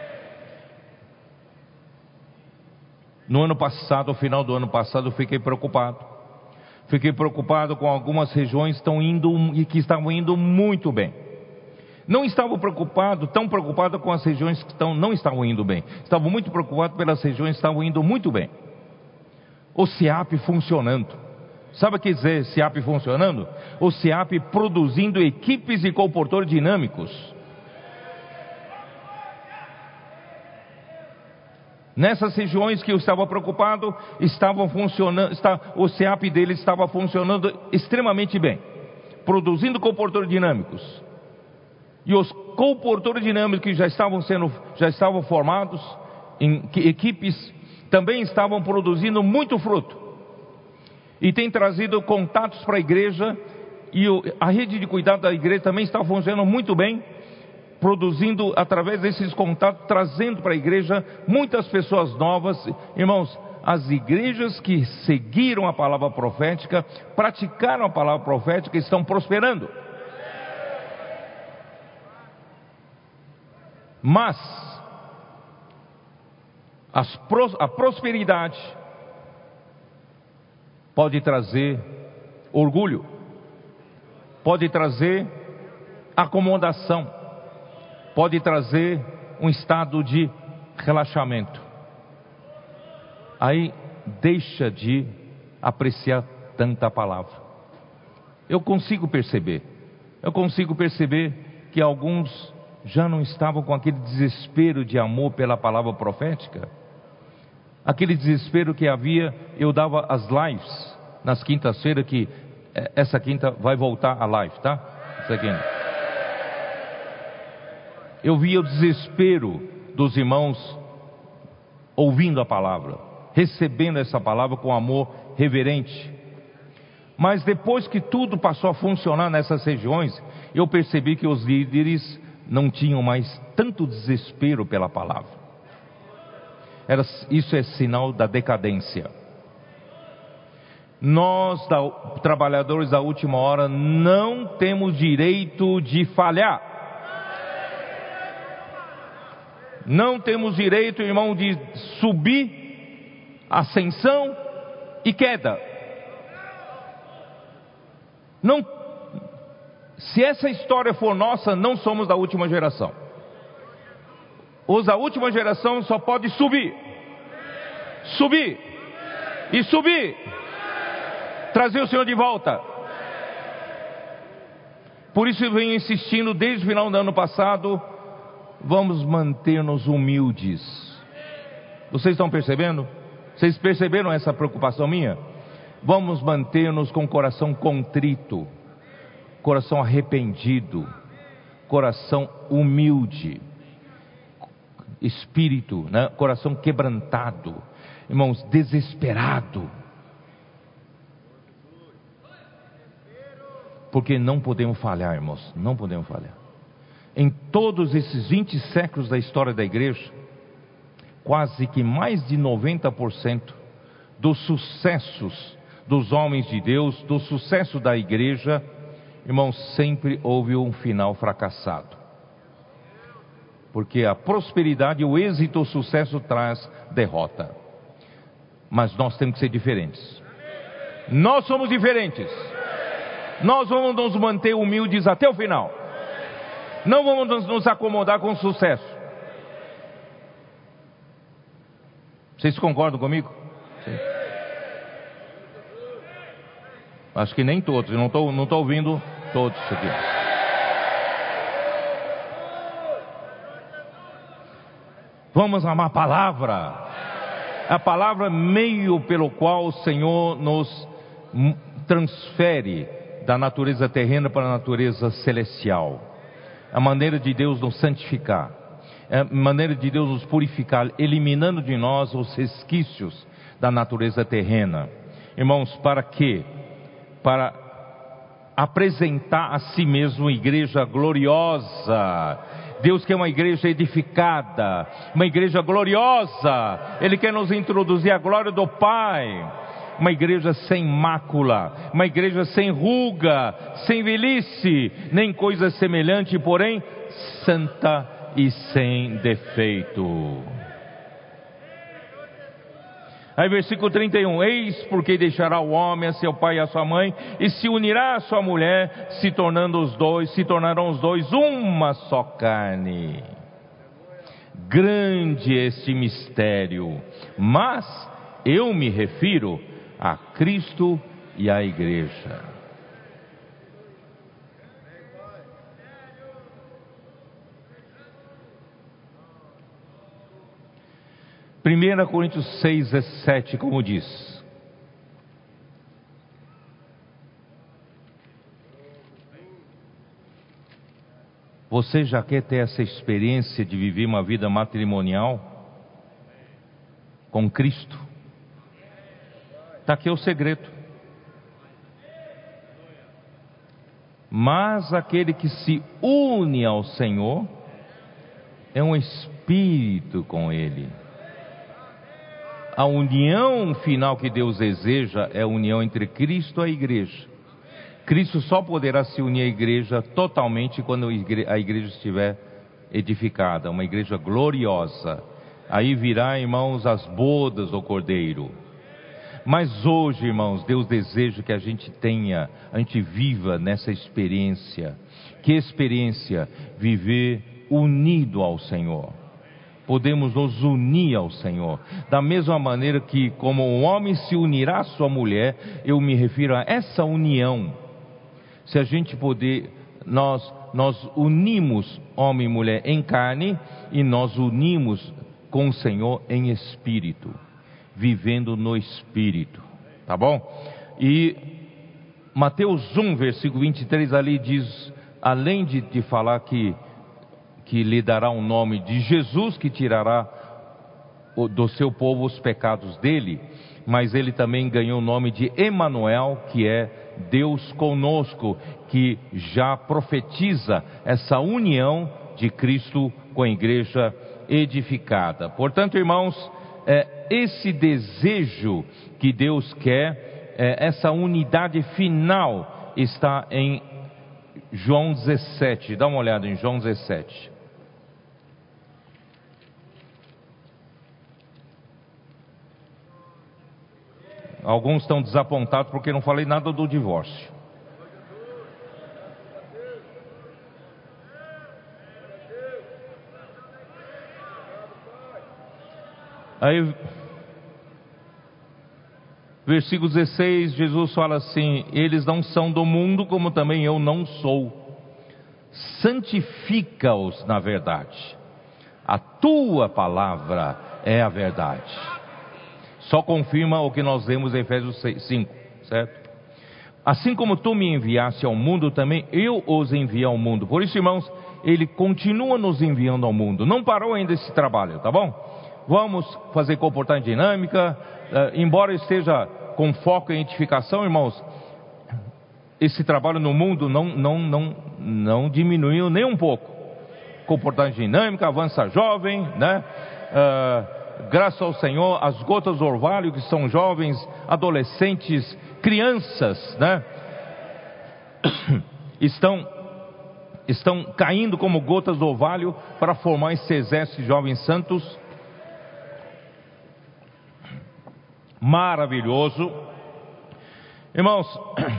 No ano passado, no final do ano passado, eu fiquei preocupado. Fiquei preocupado com algumas regiões que estavam indo muito bem. Não estava tão preocupado com as regiões que não estavam indo bem. Estava muito preocupado pelas regiões que estavam indo muito bem. O SEAP funcionando. Sabe o que dizer SEAP funcionando? O SEAP produzindo equipes e comportores dinâmicos. Nessas regiões que eu estava preocupado, estavam funcionando, o SEAP deles estava funcionando extremamente bem, produzindo comportores dinâmicos. E os comportores dinâmicos que já estavam formados em equipes, também estavam produzindo muito fruto. E tem trazido contatos para a igreja, e a rede de cuidado da igreja também está funcionando muito bem, produzindo através desses contatos, trazendo para a igreja muitas pessoas novas. Irmãos, as igrejas que seguiram a palavra profética, praticaram a palavra profética, estão prosperando. Mas a prosperidade pode trazer orgulho, pode trazer acomodação, pode trazer um estado de relaxamento. Aí deixa de apreciar tanta palavra. Eu consigo perceber que alguns já não estavam com aquele desespero de amor pela palavra profética. Aquele desespero que havia. Eu dava as lives nas quintas-feiras, que essa quinta vai voltar a live, tá? Essa quinta. Eu via o desespero dos irmãos ouvindo a palavra, recebendo essa palavra com amor reverente. Mas depois que tudo passou a funcionar nessas regiões, eu percebi que os líderes não tinham mais tanto desespero pela palavra. Isso é sinal da decadência. Nós, trabalhadores da última hora, não temos direito de falhar. Não temos direito, irmão, de subir, ascensão e queda. Não. Se essa história for nossa, não somos da última geração. Os da última geração só pode subir e subir, trazer o Senhor de volta. Por isso eu venho insistindo desde o final do ano passado: vamos manter-nos humildes. Vocês estão percebendo? Vocês perceberam essa preocupação minha? Vamos manter-nos com o coração contrito, coração arrependido, coração humilde, espírito, né? Coração quebrantado, irmãos, desesperado, porque não podemos falhar, irmãos, não podemos falhar. Em todos esses 20 séculos da história da igreja, quase que mais de 90% dos sucessos dos homens de Deus, do sucesso da igreja, irmãos, sempre houve um final fracassado. Porque a prosperidade, o êxito, o sucesso traz derrota. Mas nós temos que ser diferentes. Nós somos diferentes. Nós vamos nos manter humildes até o final. Não vamos nos acomodar com o sucesso. Vocês concordam comigo? Sim. Acho que nem todos. Eu não estou ouvindo todos aqui. Vamos amar a palavra. A palavra, meio pelo qual o Senhor nos transfere da natureza terrena para a natureza celestial. A maneira de Deus nos santificar, a maneira de Deus nos purificar, eliminando de nós os resquícios da natureza terrena. Irmãos, para quê? Para apresentar a si mesmo igreja gloriosa. Deus quer uma igreja edificada, uma igreja gloriosa. Ele quer nos introduzir à glória do Pai. Uma igreja sem mácula, uma igreja sem ruga, sem velhice, nem coisa semelhante, porém santa e sem defeito. Aí versículo 31, eis porque deixará o homem a seu pai e a sua mãe, e se unirá a sua mulher, se tornarão os dois uma só carne. Grande este mistério, mas eu me refiro a Cristo e à igreja. Primeira Coríntios 6:17, como diz: você já quer ter essa experiência de viver uma vida matrimonial com Cristo? Está aqui o segredo. Mas aquele que se une ao Senhor é um espírito com Ele. A união final que Deus deseja é a união entre Cristo e a igreja. Cristo só poderá se unir à igreja totalmente quando a igreja estiver edificada, uma igreja gloriosa. Aí virá, irmãos, as bodas do Cordeiro. Mas hoje, irmãos, Deus deseja que a gente viva nessa experiência. Que experiência? Viver unido ao Senhor. Podemos nos unir ao Senhor, da mesma maneira que como um homem se unirá à sua mulher, eu me refiro a essa união. Se a gente poder, nós unimos homem e mulher em carne, e nós unimos com o Senhor em espírito, vivendo no espírito, tá bom? E Mateus 1, versículo 23 ali diz, além de falar que lhe dará um nome de Jesus, que tirará do seu povo os pecados dele, mas ele também ganhou o nome de Emanuel, que é Deus conosco, que já profetiza essa união de Cristo com a igreja edificada. Portanto, irmãos, esse desejo que Deus quer, essa unidade final está em João 17, dá uma olhada em João 17. Alguns estão desapontados porque não falei nada do divórcio. Aí, versículo 16, Jesus fala assim: eles não são do mundo, como também eu não sou. Santifica-os na verdade. A tua palavra é a verdade. Só confirma o que nós lemos em Efésios 5, certo? Assim como tu me enviaste ao mundo, também eu os enviei ao mundo. Por isso, irmãos, Ele continua nos enviando ao mundo. Não parou ainda esse trabalho, tá bom? Vamos fazer comportamento dinâmica, embora esteja com foco em edificação, irmãos, esse trabalho no mundo não diminuiu nem um pouco. Comportamento dinâmica, avança jovem, né? Graças ao Senhor, as gotas do orvalho, que são jovens, adolescentes, crianças, né? Estão caindo como gotas do orvalho para formar esse exército de jovens santos. Maravilhoso. Irmãos,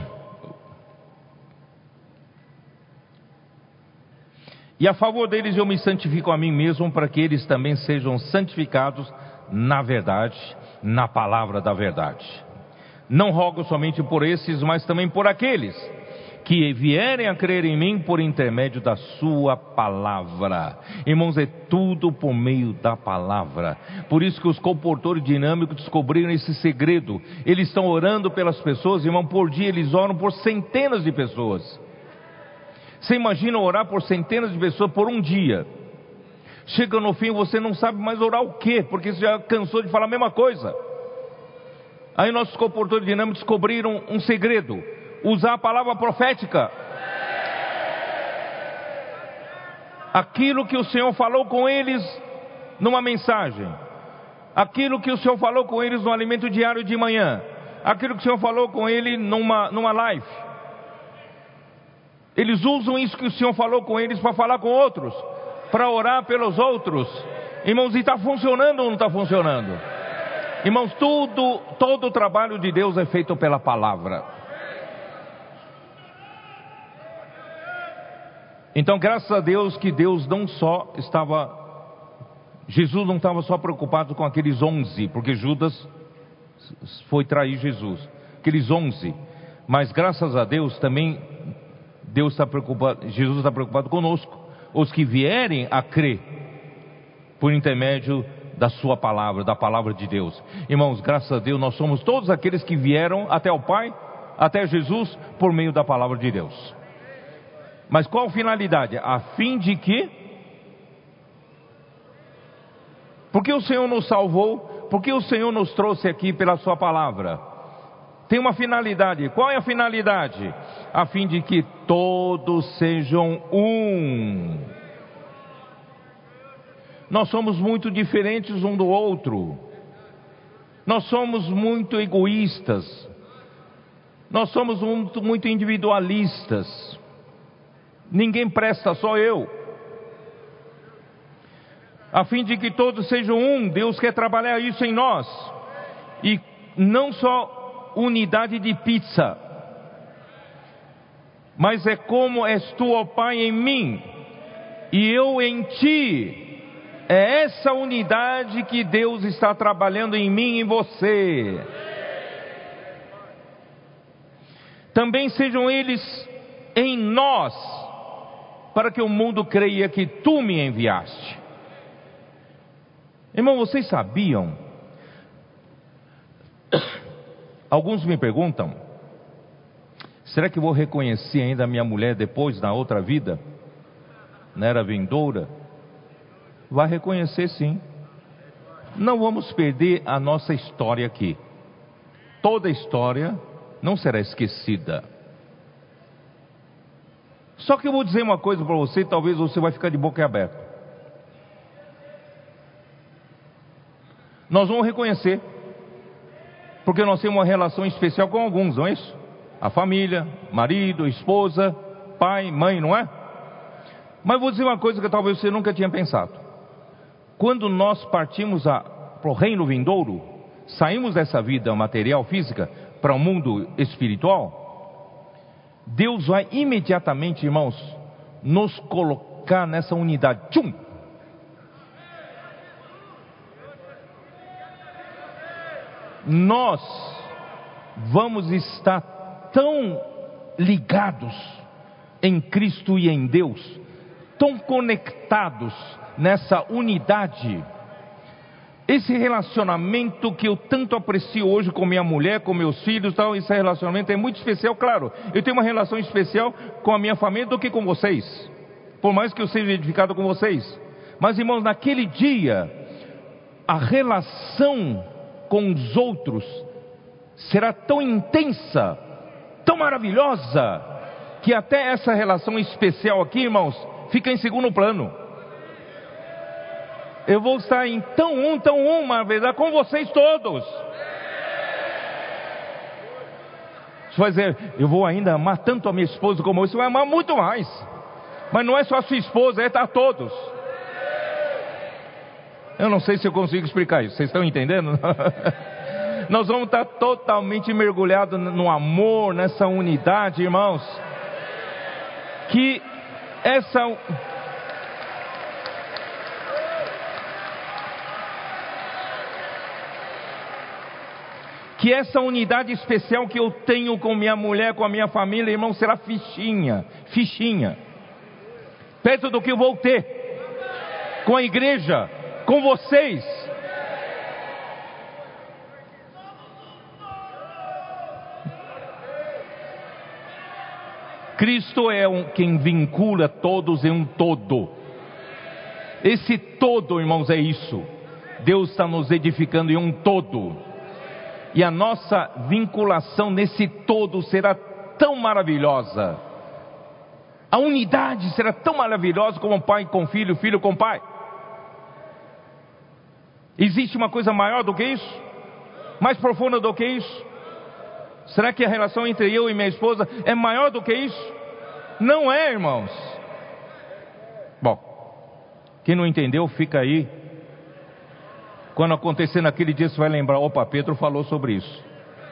e a favor deles eu me santifico a mim mesmo, para que eles também sejam santificados na verdade, na palavra da verdade. Não rogo somente por esses, mas também por aqueles que vierem a crer em mim por intermédio da sua palavra. Irmãos, é tudo por meio da palavra. Por isso que os comportores dinâmicos descobriram esse segredo. Eles estão orando pelas pessoas, irmão, por dia eles oram por centenas de pessoas. Você imagina orar por centenas de pessoas por um dia? Chega no fim, você não sabe mais orar o quê? Porque você já cansou de falar a mesma coisa. Aí nossos comportores dinâmicos descobriram um segredo. usar a palavra profética. Aquilo que o Senhor falou com eles numa mensagem, aquilo que o Senhor falou com eles no alimento diário de manhã, aquilo que o Senhor falou com ele numa live. Eles usam isso que o Senhor falou com eles para falar com outros, para orar pelos outros. Irmãos, e está funcionando ou não está funcionando? Irmãos, todo o trabalho de Deus é feito pela palavra. Então, graças a Deus que Deus Jesus não estava só preocupado com aqueles 11, porque Judas foi trair Jesus, aqueles 11, mas graças a Deus também Jesus está preocupado conosco, os que vierem a crer por intermédio da sua palavra, da palavra de Deus. Irmãos, graças a Deus nós somos todos aqueles que vieram até o Pai, até Jesus, por meio da palavra de Deus. Mas qual a finalidade? A fim de que? Porque o Senhor nos salvou, porque o Senhor nos trouxe aqui pela sua palavra. Tem uma finalidade. Qual é a finalidade? A fim de que todos sejam um. Nós somos muito diferentes um do outro. Nós somos muito egoístas. Nós somos muito individualistas. Ninguém presta, só eu. A fim de que todos sejam um, Deus quer trabalhar isso em nós. E não só unidade de pizza, mas é como és tu, ó Pai, em mim, e eu em ti. É essa unidade que Deus está trabalhando em mim e em você. Também sejam eles em nós, para que o mundo creia que tu me enviaste. Irmão, vocês sabiam? Alguns me perguntam: será que vou reconhecer ainda a minha mulher depois, na outra vida? Na era vindoura? Vai reconhecer sim. Não vamos perder a nossa história aqui. Toda história não será esquecida. Só que eu vou dizer uma coisa para você, talvez você vai ficar de boca aberta. Nós vamos reconhecer, porque nós temos uma relação especial com alguns, não é isso? A família, marido, esposa, pai, mãe, não é? Mas vou dizer uma coisa que talvez você nunca tinha pensado. Quando nós partimos para o reino vindouro, saímos dessa vida material, física, para o mundo espiritual, Deus vai imediatamente, irmãos, nos colocar nessa unidade. Tchum! Nós vamos estar tão ligados em Cristo e em Deus, tão conectados nessa unidade, esse relacionamento que eu tanto aprecio hoje com minha mulher, com meus filhos, tal, esse relacionamento é muito especial. Claro, eu tenho uma relação especial com a minha família do que com vocês, por mais que eu seja edificado com vocês. Mas, irmãos, naquele dia, a relação com os outros será tão intensa, tão maravilhosa, que até essa relação especial aqui, irmãos, fica em segundo plano. Eu vou estar em tão uma verdade com vocês todos. Você vai dizer: eu vou ainda amar tanto a minha esposa como você vai amar muito mais. Mas não é só a sua esposa, é a todos. Eu não sei se eu consigo explicar isso, vocês estão entendendo? Nós vamos estar totalmente mergulhados no amor, nessa unidade, irmãos. Que essa unidade especial que eu tenho com minha mulher, com a minha família, irmão, será fichinha, perto do que eu vou ter com a igreja, com vocês. Cristo é quem vincula todos em um todo. Esse todo, irmãos, é isso. Deus está nos edificando em um todo. E a nossa vinculação nesse todo será tão maravilhosa. A unidade será tão maravilhosa como pai com filho, filho com pai. Existe uma coisa maior do que isso? Mais profunda do que isso? Será que a relação entre eu e minha esposa é maior do que isso? Não é, irmãos. Bom, quem não entendeu, fica aí. Quando acontecer naquele dia, você vai lembrar: opa, Pedro falou sobre isso.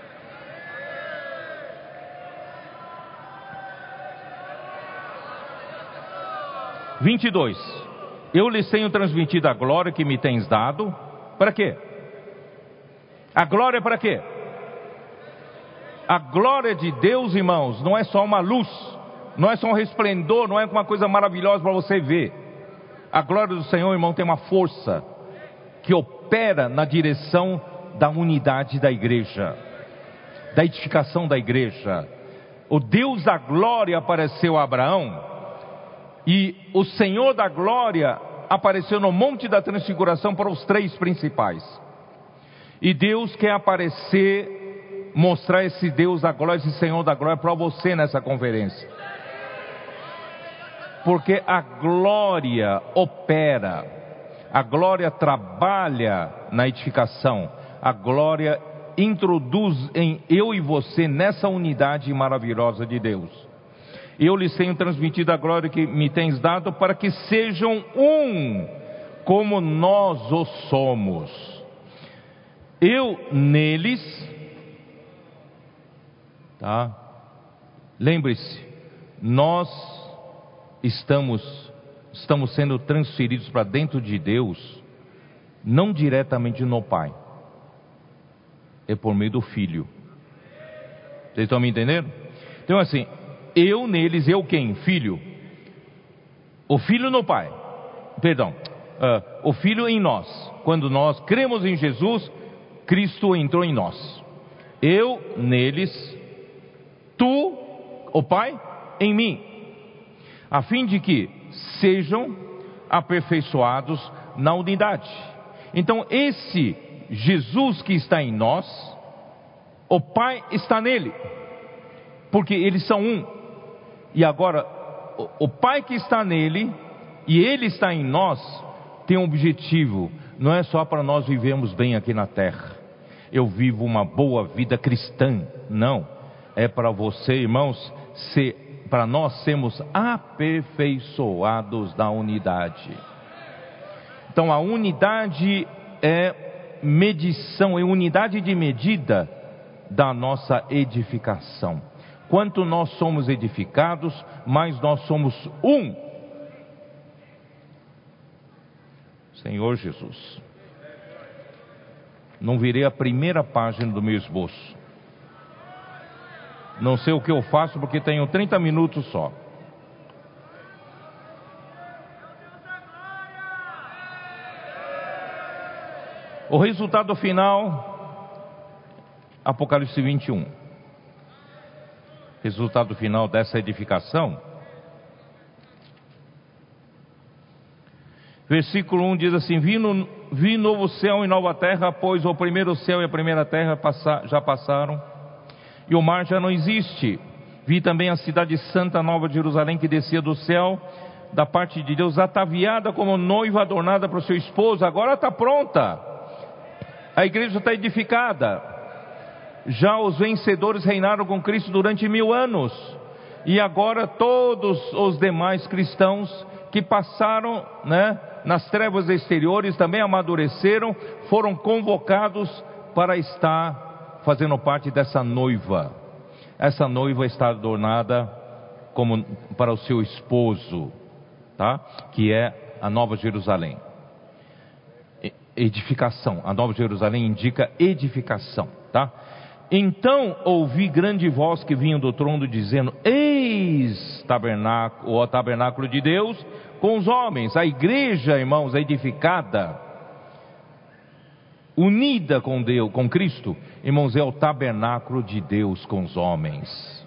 Versículo 22. Eu lhes tenho transmitido a glória que me tens dado. Para quê? A glória para quê? A glória de Deus, irmãos, não é só uma luz, não é só um resplendor, não é uma coisa maravilhosa para você ver. A glória do Senhor, irmão, tem uma força que opera na direção da unidade da igreja, da edificação da igreja. O Deus da glória apareceu a Abraão, e o Senhor da glória apareceu no Monte da Transfiguração para os três principais. E Deus quer aparecer, mostrar esse Deus da glória, esse Senhor da glória para você nessa conferência. Porque a glória opera, a glória trabalha na edificação, a glória introduz em eu e você nessa unidade maravilhosa de Deus. Eu lhes tenho transmitido a glória que me tens dado, para que sejam um, como nós o somos. Eu neles, tá? Lembre-se, nós estamos sendo transferidos para dentro de Deus, não diretamente no Pai, é por meio do Filho. Vocês estão me entendendo? Então assim, eu neles, eu quem? Filho. O Filho no Pai. Perdão. O Filho em nós. Quando nós cremos em Jesus, Cristo entrou em nós. Eu neles, tu, o Pai, em mim. A fim de que sejam aperfeiçoados na unidade. Então esse Jesus que está em nós, o Pai está nele. Porque eles são um. E agora, o Pai que está nele, e Ele está em nós, tem um objetivo. Não é só para nós vivermos bem aqui na terra. Eu vivo uma boa vida cristã. Não. É para você, irmãos, para nós sermos aperfeiçoados na unidade. Então a unidade é medição, é unidade de medida da nossa edificação. Quanto nós somos edificados, mais nós somos um. Senhor Jesus. Não virei a primeira página do meu esboço. Não sei o que eu faço porque tenho 30 minutos só. O resultado final, Apocalipse 21. Resultado final dessa edificação. Versículo 1 diz assim: Vi novo céu e nova terra, pois o primeiro céu e a primeira terra já passaram, e o mar já não existe. Vi também a cidade santa, Nova Jerusalém, que descia do céu, da parte de Deus, ataviada como noiva adornada para o seu esposo. Agora está pronta. A igreja está edificada. Já os vencedores reinaram com Cristo durante 1000 anos. E agora todos os demais cristãos que passaram, nas trevas exteriores, também amadureceram, foram convocados para estar fazendo parte dessa noiva. Essa noiva está adornada como para o seu esposo, tá? Que é a Nova Jerusalém. Edificação. A Nova Jerusalém indica edificação, tá? Então ouvi grande voz que vinha do trono dizendo: Eis o tabernáculo de Deus com os homens. A igreja, irmãos, é edificada, unida com Deus, com Cristo, irmãos, é o tabernáculo de Deus com os homens.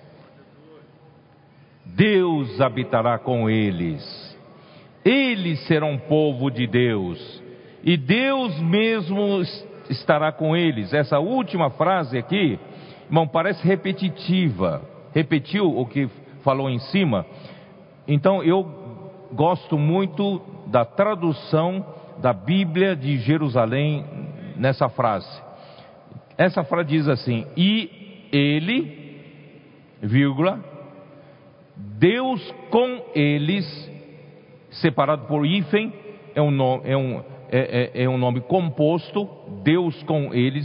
Deus habitará com eles. Eles serão povo de Deus, e Deus mesmo estará com eles. Essa última frase aqui, irmão, parece repetitiva, repetiu o que falou em cima. Então eu gosto muito da tradução da Bíblia de Jerusalém nessa frase. Essa frase diz assim: e ele, vírgula, Deus com eles, separado por hífen, é um nome composto. Deus com eles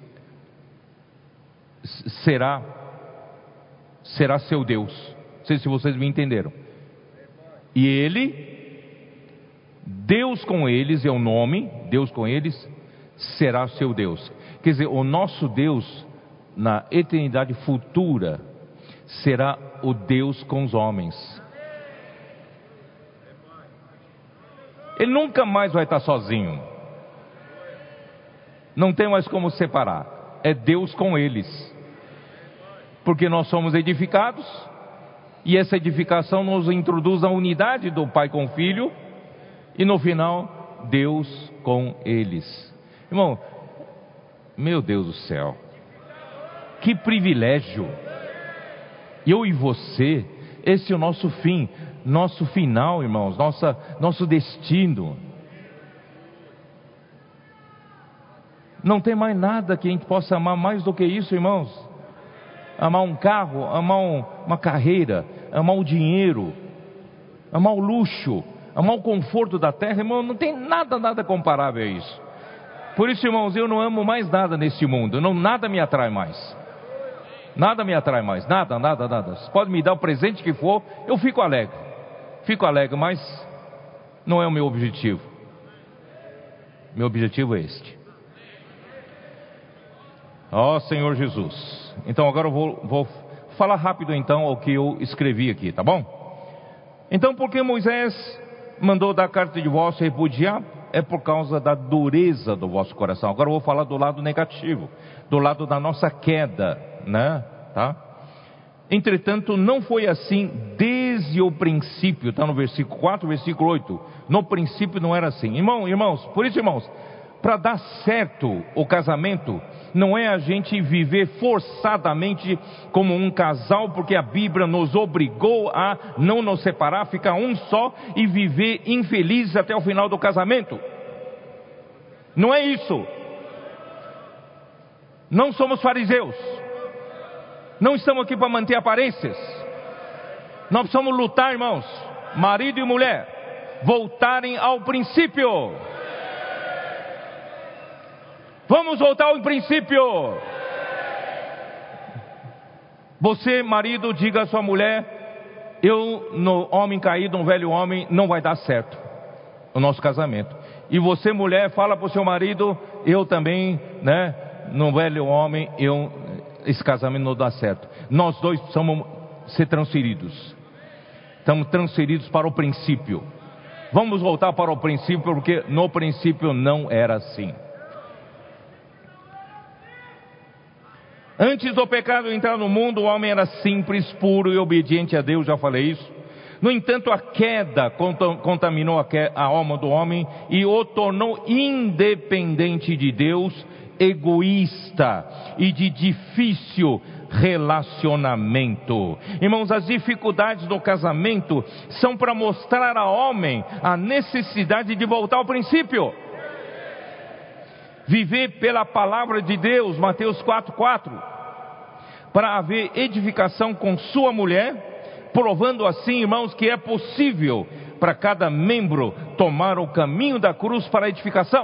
será seu Deus. Não sei se vocês me entenderam. E ele, Deus com eles é o nome, Deus com eles será seu Deus. Quer dizer, o nosso Deus na eternidade futura será o Deus com os homens. Ele nunca mais vai estar sozinho. Não tem mais como separar. É Deus com eles. Porque nós somos edificados, e essa edificação nos introduz a unidade do Pai com o Filho, e no final, Deus com eles. Irmão, meu Deus do céu, que privilégio! Eu e você, esse é o nosso fim, nosso final, irmãos, nosso destino. Não tem mais nada que a gente possa amar mais do que isso, irmãos. Amar um carro, amar uma carreira, amar o dinheiro, amar o luxo, amar o conforto da terra, irmão, não tem nada comparável a isso. Por isso, irmãos, eu não amo mais nada nesse mundo, nada me atrai mais. Nada me atrai mais, nada. Você pode me dar o presente que for, eu fico alegre, mas não é o meu objetivo. Meu objetivo é este. Ó Senhor Jesus. Então agora eu vou falar rápido então o que eu escrevi aqui, tá bom? Então, porque Moisés mandou dar carta de divórcio e repudiar, é por causa da dureza do vosso coração. Agora eu vou falar do lado negativo, do lado da nossa queda, né? Tá? Entretanto, não foi assim desde o princípio. Está no versículo 4, versículo 8. No princípio não era assim. Irmãos, por isso, irmãos, para dar certo o casamento, não é a gente viver forçadamente como um casal, porque a Bíblia nos obrigou a não nos separar, ficar um só e viver infelizes até o final do casamento. Não é isso. Não somos fariseus. Não estamos aqui para manter aparências. Nós precisamos lutar, irmãos, marido e mulher, voltarem ao princípio. Vamos voltar ao princípio. Você, marido, diga à sua mulher: no homem caído, um velho homem, não vai dar certo o nosso casamento. E você, mulher, fala para o seu marido: eu também, né, no velho homem, esse casamento não dá certo. Nós dois precisamos ser transferidos. Estamos transferidos para o princípio. Vamos voltar para o princípio, porque no princípio não era assim. Antes do pecado entrar no mundo, o homem era simples, puro e obediente a Deus, já falei isso. No entanto, a queda contaminou a alma do homem e o tornou independente de Deus, egoísta e de difícil relacionamento. Irmãos, as dificuldades do casamento são para mostrar ao homem a necessidade de voltar ao princípio. Viver pela palavra de Deus, Mateus 4:4, para haver edificação com sua mulher, provando assim, irmãos, que é possível para cada membro tomar o caminho da cruz para a edificação.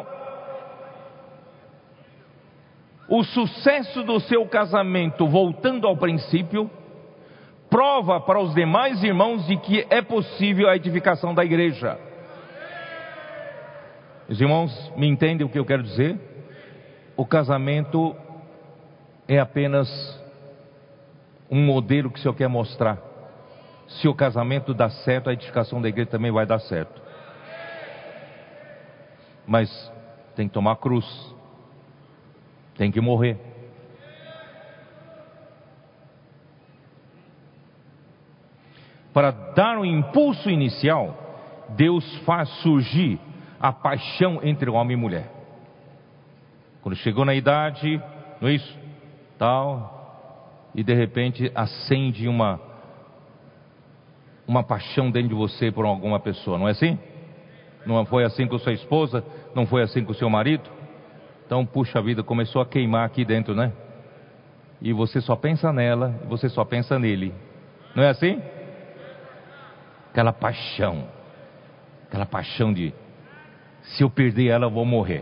O sucesso do seu casamento, voltando ao princípio, prova para os demais irmãos de que é possível a edificação da igreja. Os irmãos me entendem o que eu quero dizer? O casamento é apenas um modelo que o Senhor quer mostrar. Se o casamento dá certo, a edificação da igreja também vai dar certo. Mas tem que tomar cruz. Tem que morrer. Para dar um impulso inicial, Deus faz surgir a paixão entre homem e mulher. Quando chegou na idade, não é isso? Tal, e de repente acende uma paixão dentro de você por alguma pessoa, não é assim? Não foi assim com sua esposa? Não foi assim com seu marido? Então, puxa vida, começou a queimar aqui dentro, né? E você só pensa nela, você só pensa nele. Não é assim? Aquela paixão de, se eu perder ela eu vou morrer.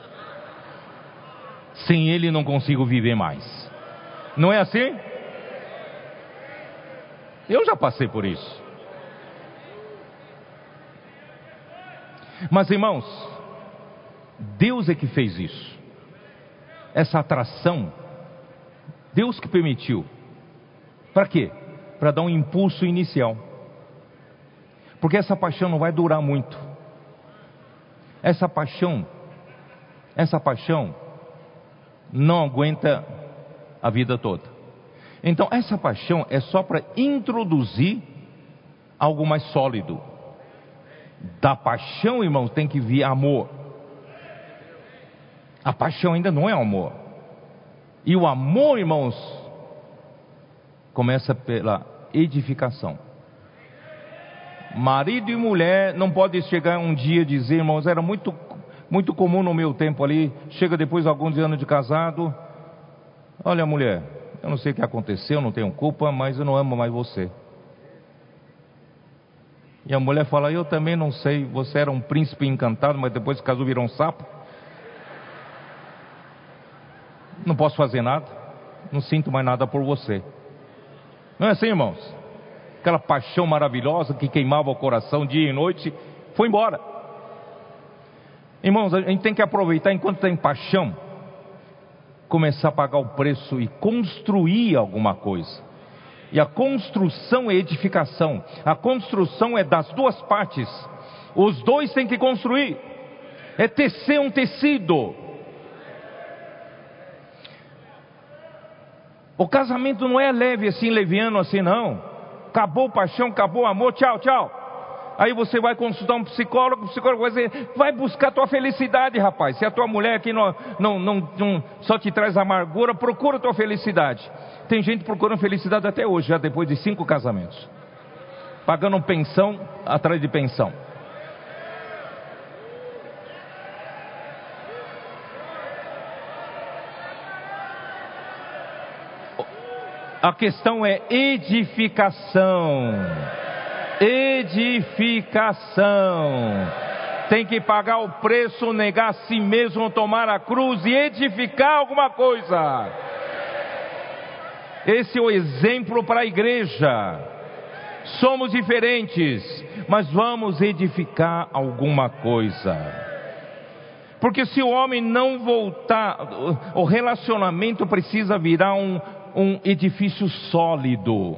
Sem ele não consigo viver mais. Não é assim? Eu já passei por isso. Mas irmãos, Deus é que fez isso. Essa atração, Deus que permitiu. Para quê? Para dar um impulso inicial. Porque essa paixão não vai durar muito. Essa paixão não aguenta a vida toda. Então essa paixão é só para introduzir algo mais sólido. Da paixão, irmãos, tem que vir amor. A paixão ainda não é amor. E o amor, irmãos, começa pela edificação. Marido e mulher não pode chegar um dia e dizer, irmãos, era muito comum no meu tempo ali, chega depois de alguns anos de casado, olha mulher, eu não sei o que aconteceu, não tenho culpa, mas eu não amo mais você. E a mulher fala, eu também não sei, você era um príncipe encantado, mas depois que casou virou um sapo. Não posso fazer nada, não sinto mais nada por você. Não é assim, irmãos? Aquela paixão maravilhosa que queimava o coração dia e noite, foi embora. Irmãos, a gente tem que aproveitar enquanto tem paixão, começar a pagar o preço e construir alguma coisa. E a construção é edificação. A construção é das duas partes. Os dois têm que construir. É tecer um tecido. O casamento não é leve assim, leviano assim, não. Acabou a paixão, acabou o amor, tchau, tchau. Aí você vai consultar um psicólogo, o psicólogo vai dizer, vai buscar a tua felicidade, rapaz. Se a tua mulher aqui não só te traz amargura, procura a tua felicidade. Tem gente procurando felicidade até hoje, já depois de 5 casamentos. Pagando pensão atrás de pensão. A questão é edificação. Edificação. Tem que pagar o preço, negar a si mesmo, tomar a cruz e edificar alguma coisa. Esse é o exemplo para a igreja. Somos diferentes, mas vamos edificar alguma coisa. Porque se o homem não voltar, o relacionamento precisa virar um edifício sólido.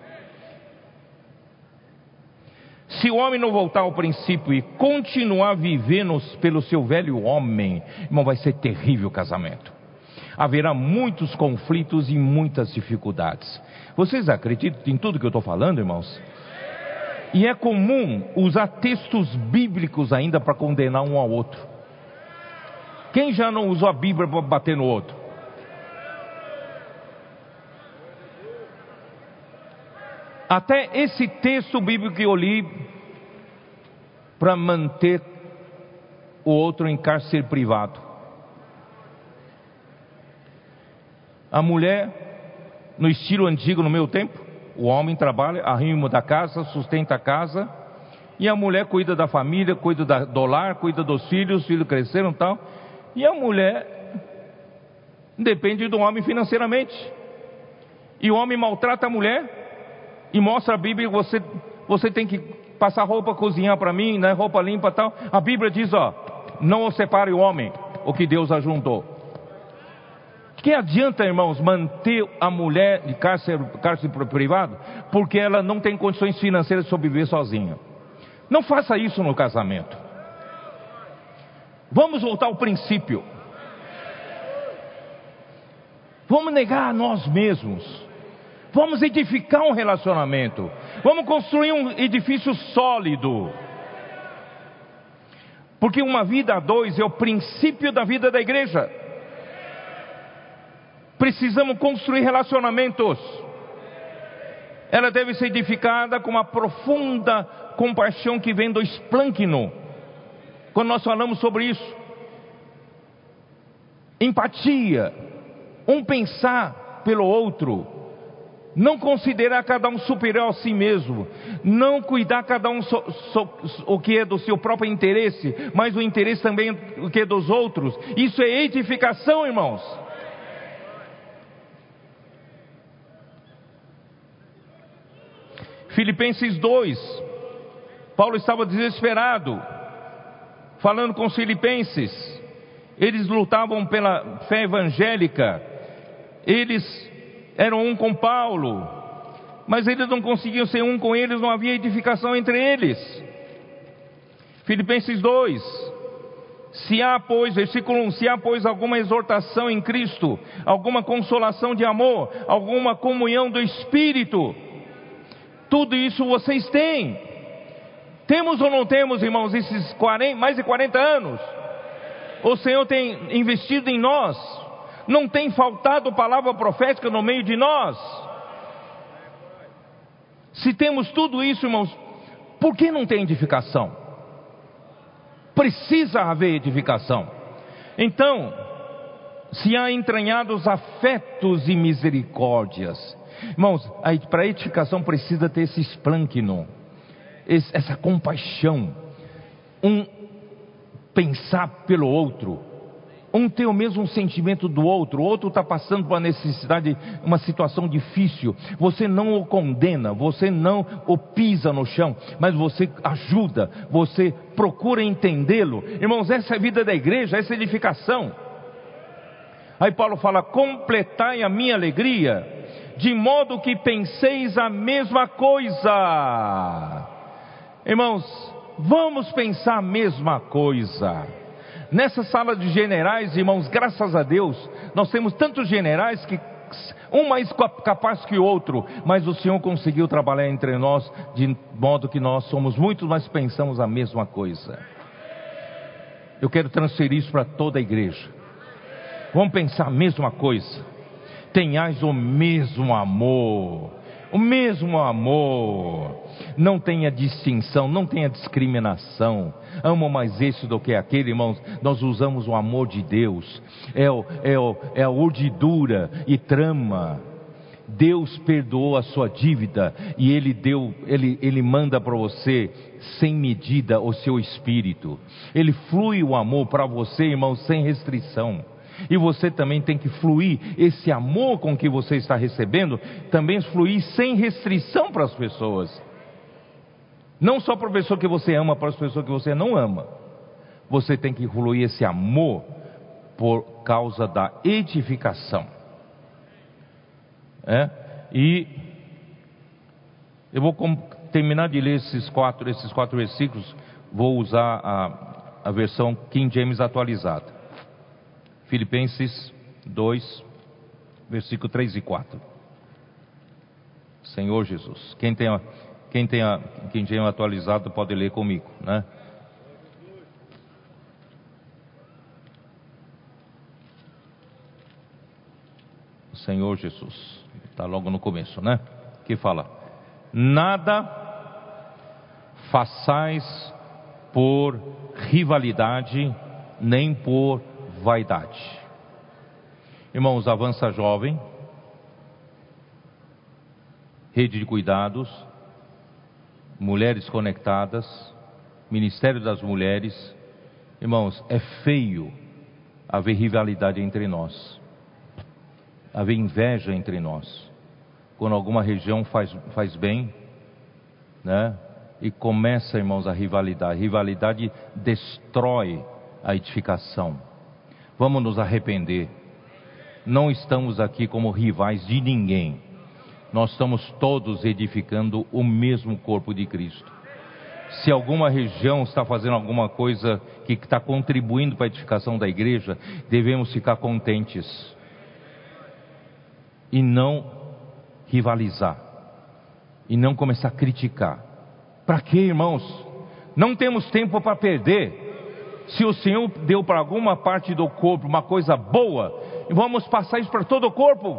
Se o homem não voltar ao princípio e continuar vivendo pelo seu velho homem, irmão, vai ser terrível o casamento. Haverá muitos conflitos e muitas dificuldades. Vocês acreditam em tudo que eu estou falando, irmãos? E é comum usar textos bíblicos ainda para condenar um ao outro. Quem já não usou a Bíblia para bater no outro? Até esse texto bíblico que eu li para manter o outro em cárcere privado. A mulher, no estilo antigo, no meu tempo, o homem trabalha, arrimo da casa, sustenta a casa, e a mulher cuida da família, cuida do lar, cuida dos filhos, os filhos cresceram e tal, e a mulher depende do homem financeiramente, e o homem maltrata a mulher, e mostra a Bíblia, você tem que passar roupa, cozinhar para mim, né, roupa limpa e tal. A Bíblia diz, não separe o homem, o que Deus ajuntou. Que adianta, irmãos, manter a mulher de cárcere privado, porque ela não tem condições financeiras de sobreviver sozinha. Não faça isso no casamento. Vamos voltar ao princípio. Vamos negar a nós mesmos. Vamos edificar um relacionamento. Vamos construir um edifício sólido. Porque uma vida a dois é o princípio da vida da igreja. Precisamos construir relacionamentos. Ela deve ser edificada com uma profunda compaixão que vem do esplâncno. Quando nós falamos sobre isso, empatia, um pensar pelo outro, não considerar cada um superior a si mesmo, não cuidar cada um o que é do seu próprio interesse, mas o interesse também o que é dos outros. Isso é edificação, irmãos. Filipenses 2, Paulo estava desesperado, falando com os filipenses. Eles lutavam pela fé evangélica, eles eram um com Paulo, mas eles não conseguiam ser um com eles, não havia edificação entre eles. Filipenses 2, versículo 1, se há pois alguma exortação em Cristo, alguma consolação de amor, alguma comunhão do Espírito, tudo isso vocês têm. Temos ou não temos, irmãos, esses mais de 40 anos? O Senhor tem investido em nós. Não tem faltado palavra profética no meio de nós. Se temos tudo isso, irmãos, por que não tem edificação? Precisa haver edificação. Então, se há entranhados afetos e misericórdias, irmãos, para a edificação precisa ter esse esplâncno, essa compaixão, um pensar pelo outro, um ter o mesmo sentimento do outro. O outro está passando por uma necessidade, uma situação difícil, você não o condena, você não o pisa no chão, mas você ajuda, você procura entendê-lo. Irmãos, essa é a vida da igreja, essa é a edificação. Aí Paulo fala: completai a minha alegria, de modo que penseis a mesma coisa. Irmãos, vamos pensar a mesma coisa. Nessa sala de generais, irmãos, graças a Deus, nós temos tantos generais que um mais capaz que o outro, mas o Senhor conseguiu trabalhar entre nós de modo que nós somos muitos, mas pensamos a mesma coisa. Eu quero transferir isso para toda a igreja. Vamos pensar a mesma coisa. Tenhais o mesmo amor. O mesmo amor. Não tenha distinção, não tenha discriminação. Amo mais esse do que aquele, irmãos. Nós usamos o amor de Deus. É a urdidura e trama. Deus perdoou a sua dívida e Ele manda para você sem medida o seu espírito. Ele flui o amor para você, irmãos, sem restrição. E você também tem que fluir esse amor com que você está recebendo, também fluir sem restrição para as pessoas. Não só para a pessoa que você ama, para as pessoas que você não ama. Você tem que fluir esse amor por causa da edificação. E eu vou terminar de ler esses quatro versículos. Vou usar a versão King James atualizada. Filipenses 2, versículo 3 e 4. Senhor Jesus. Quem tem a King James atualizado pode ler comigo, né? Senhor Jesus. Está logo no começo, né? Que fala: nada façais por rivalidade, nem por vaidade. Irmãos, Avança Jovem, Rede de Cuidados, Mulheres Conectadas, Ministério das Mulheres. Irmãos, é feio haver rivalidade entre nós, haver inveja entre nós. Quando alguma região faz bem, né? E começa, irmãos, a rivalidade. A rivalidade destrói a edificação. Vamos nos arrepender. Não estamos aqui como rivais de ninguém. Nós estamos todos edificando o mesmo corpo de Cristo. Se alguma região está fazendo alguma coisa que está contribuindo para a edificação da igreja, devemos ficar contentes e não rivalizar, e não começar a criticar. Para quê, irmãos? Não temos tempo para perder. Se o Senhor deu para alguma parte do corpo uma coisa boa, e vamos passar isso para todo o corpo.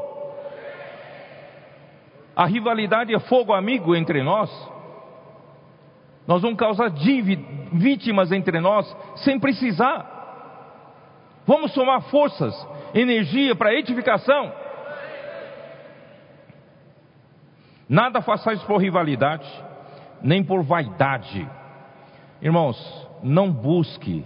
A rivalidade é fogo amigo entre nós. Nós vamos causar vítimas entre nós sem precisar. Vamos somar forças, energia para edificação. Nada façais por rivalidade, nem por vaidade. Irmãos, não busque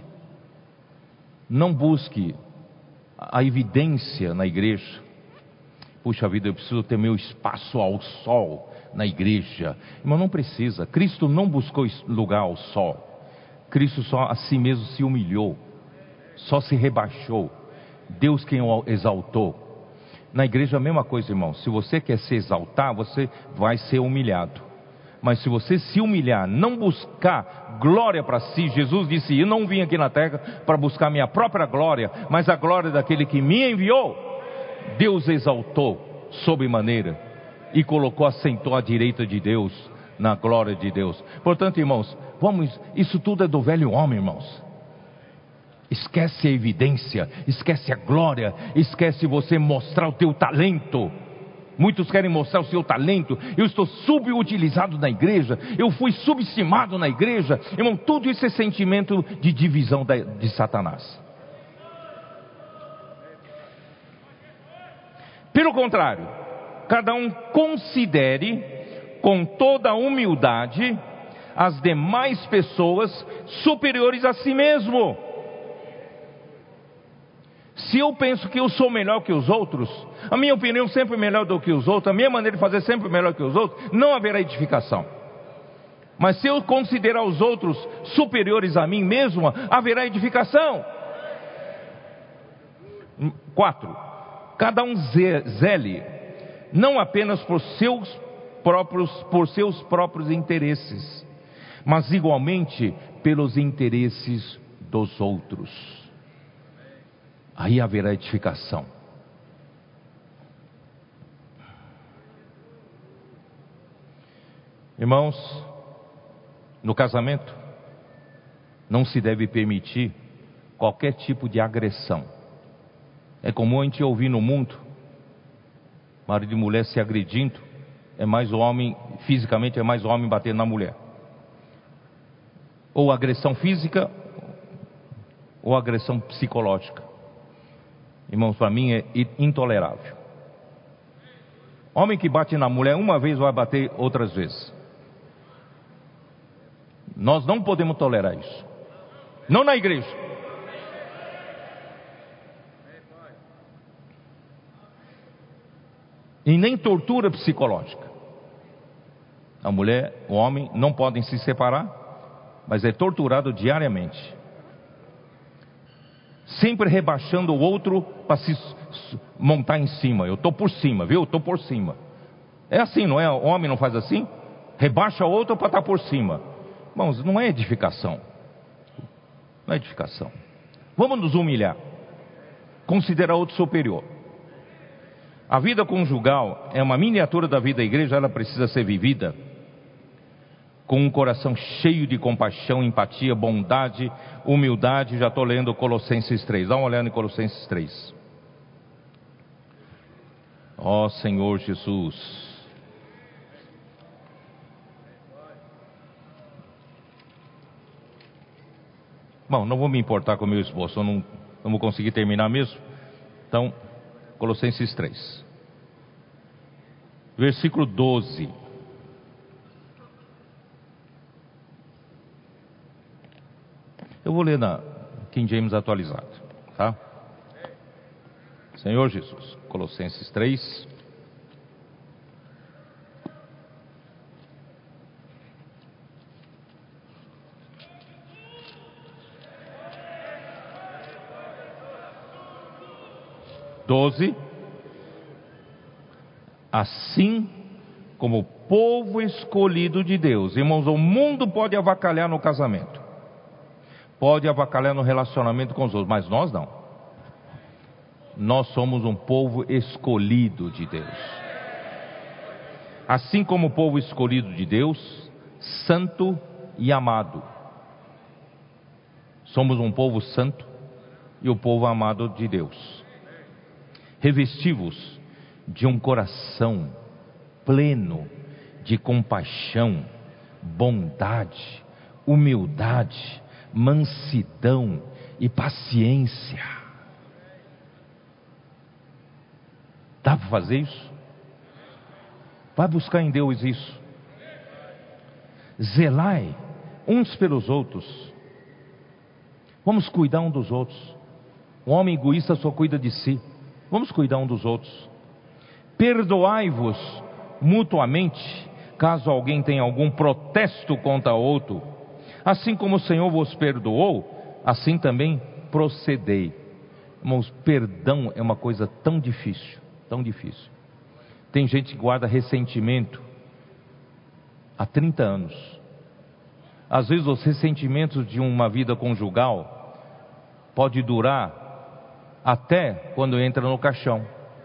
a evidência na igreja. Puxa vida, eu preciso ter meu espaço ao sol na igreja. Irmão, não precisa. Cristo não buscou lugar ao sol. Cristo só a si mesmo se humilhou, só se rebaixou. Deus quem o exaltou. Na igreja a mesma coisa, irmão. Se você quer se exaltar, você vai ser humilhado. Mas se você se humilhar, não buscar glória para si, Jesus disse: eu não vim aqui na terra para buscar minha própria glória, mas a glória daquele que me enviou. Deus exaltou sobremaneira e colocou, assentou à direita de Deus, na glória de Deus. Portanto, irmãos, isso tudo é do velho homem, irmãos. Esquece a evidência, esquece a glória, esquece você mostrar o teu talento. Muitos querem mostrar o seu talento. Eu estou subutilizado na igreja, eu fui subestimado na igreja. Irmão, tudo isso é sentimento de divisão de Satanás. Pelo contrário, cada um considere com toda a humildade as demais pessoas superiores a si mesmo. Se eu penso que eu sou melhor que os outros, a minha opinião sempre é melhor do que os outros, a minha maneira de fazer sempre melhor que os outros, não haverá edificação. Mas se eu considerar os outros superiores a mim mesmo, haverá edificação. 4. Cada um zele, não apenas por seus próprios interesses, mas igualmente pelos interesses dos outros. Aí haverá edificação. Irmãos, no casamento não se deve permitir qualquer tipo de agressão. É comum a gente ouvir no mundo marido e mulher se agredindo. É mais o homem, fisicamente é mais o homem batendo na mulher. Ou agressão física ou agressão psicológica. Irmãos, para mim é intolerável. Homem que bate na mulher uma vez vai bater outras vezes. Nós não podemos tolerar isso. Não na igreja. E nem tortura psicológica. A mulher, o homem não podem se separar, mas é torturado diariamente. Sempre rebaixando o outro para se montar em cima. Eu estou por cima, viu? Eu estou por cima. É assim, não é? O homem não faz assim? Rebaixa o outro para estar por cima. Irmãos, não é edificação. Não é edificação. Vamos nos humilhar. Considerar outro superior. A vida conjugal é uma miniatura da vida da igreja. Ela precisa ser vivida com um coração cheio de compaixão, empatia, bondade, humildade. Já estou lendo Colossenses 3. Dá uma olhada em Colossenses 3. Ó Senhor Jesus. Bom, não vou me importar com o meu esboço, eu não vou conseguir terminar mesmo. Então, Colossenses 3. Versículo 12. Eu vou ler na King James atualizado, tá? Senhor Jesus, Colossenses 3. Assim como o povo escolhido de Deus. Irmãos, o mundo pode avacalhar no casamento, pode avacalhar no relacionamento com os outros, mas nós não. Nós somos um povo escolhido de Deus. Assim como o povo escolhido de Deus, santo e amado. Somos um povo santo e o povo amado de Deus. Revesti-vos de um coração pleno de compaixão, bondade, humildade, mansidão e paciência. Dá para fazer isso? Vai buscar em Deus isso. Zelai uns pelos outros. Vamos cuidar um dos outros. O homem egoísta só cuida de si. Vamos cuidar um dos outros. Perdoai-vos mutuamente, caso alguém tenha algum protesto contra outro. Assim como o Senhor vos perdoou, assim também procedei. Irmãos, perdão é uma coisa tão difícil, tão difícil. Tem gente que guarda ressentimento há 30 anos. Às vezes os ressentimentos de uma vida conjugal pode durar até quando entra no caixão.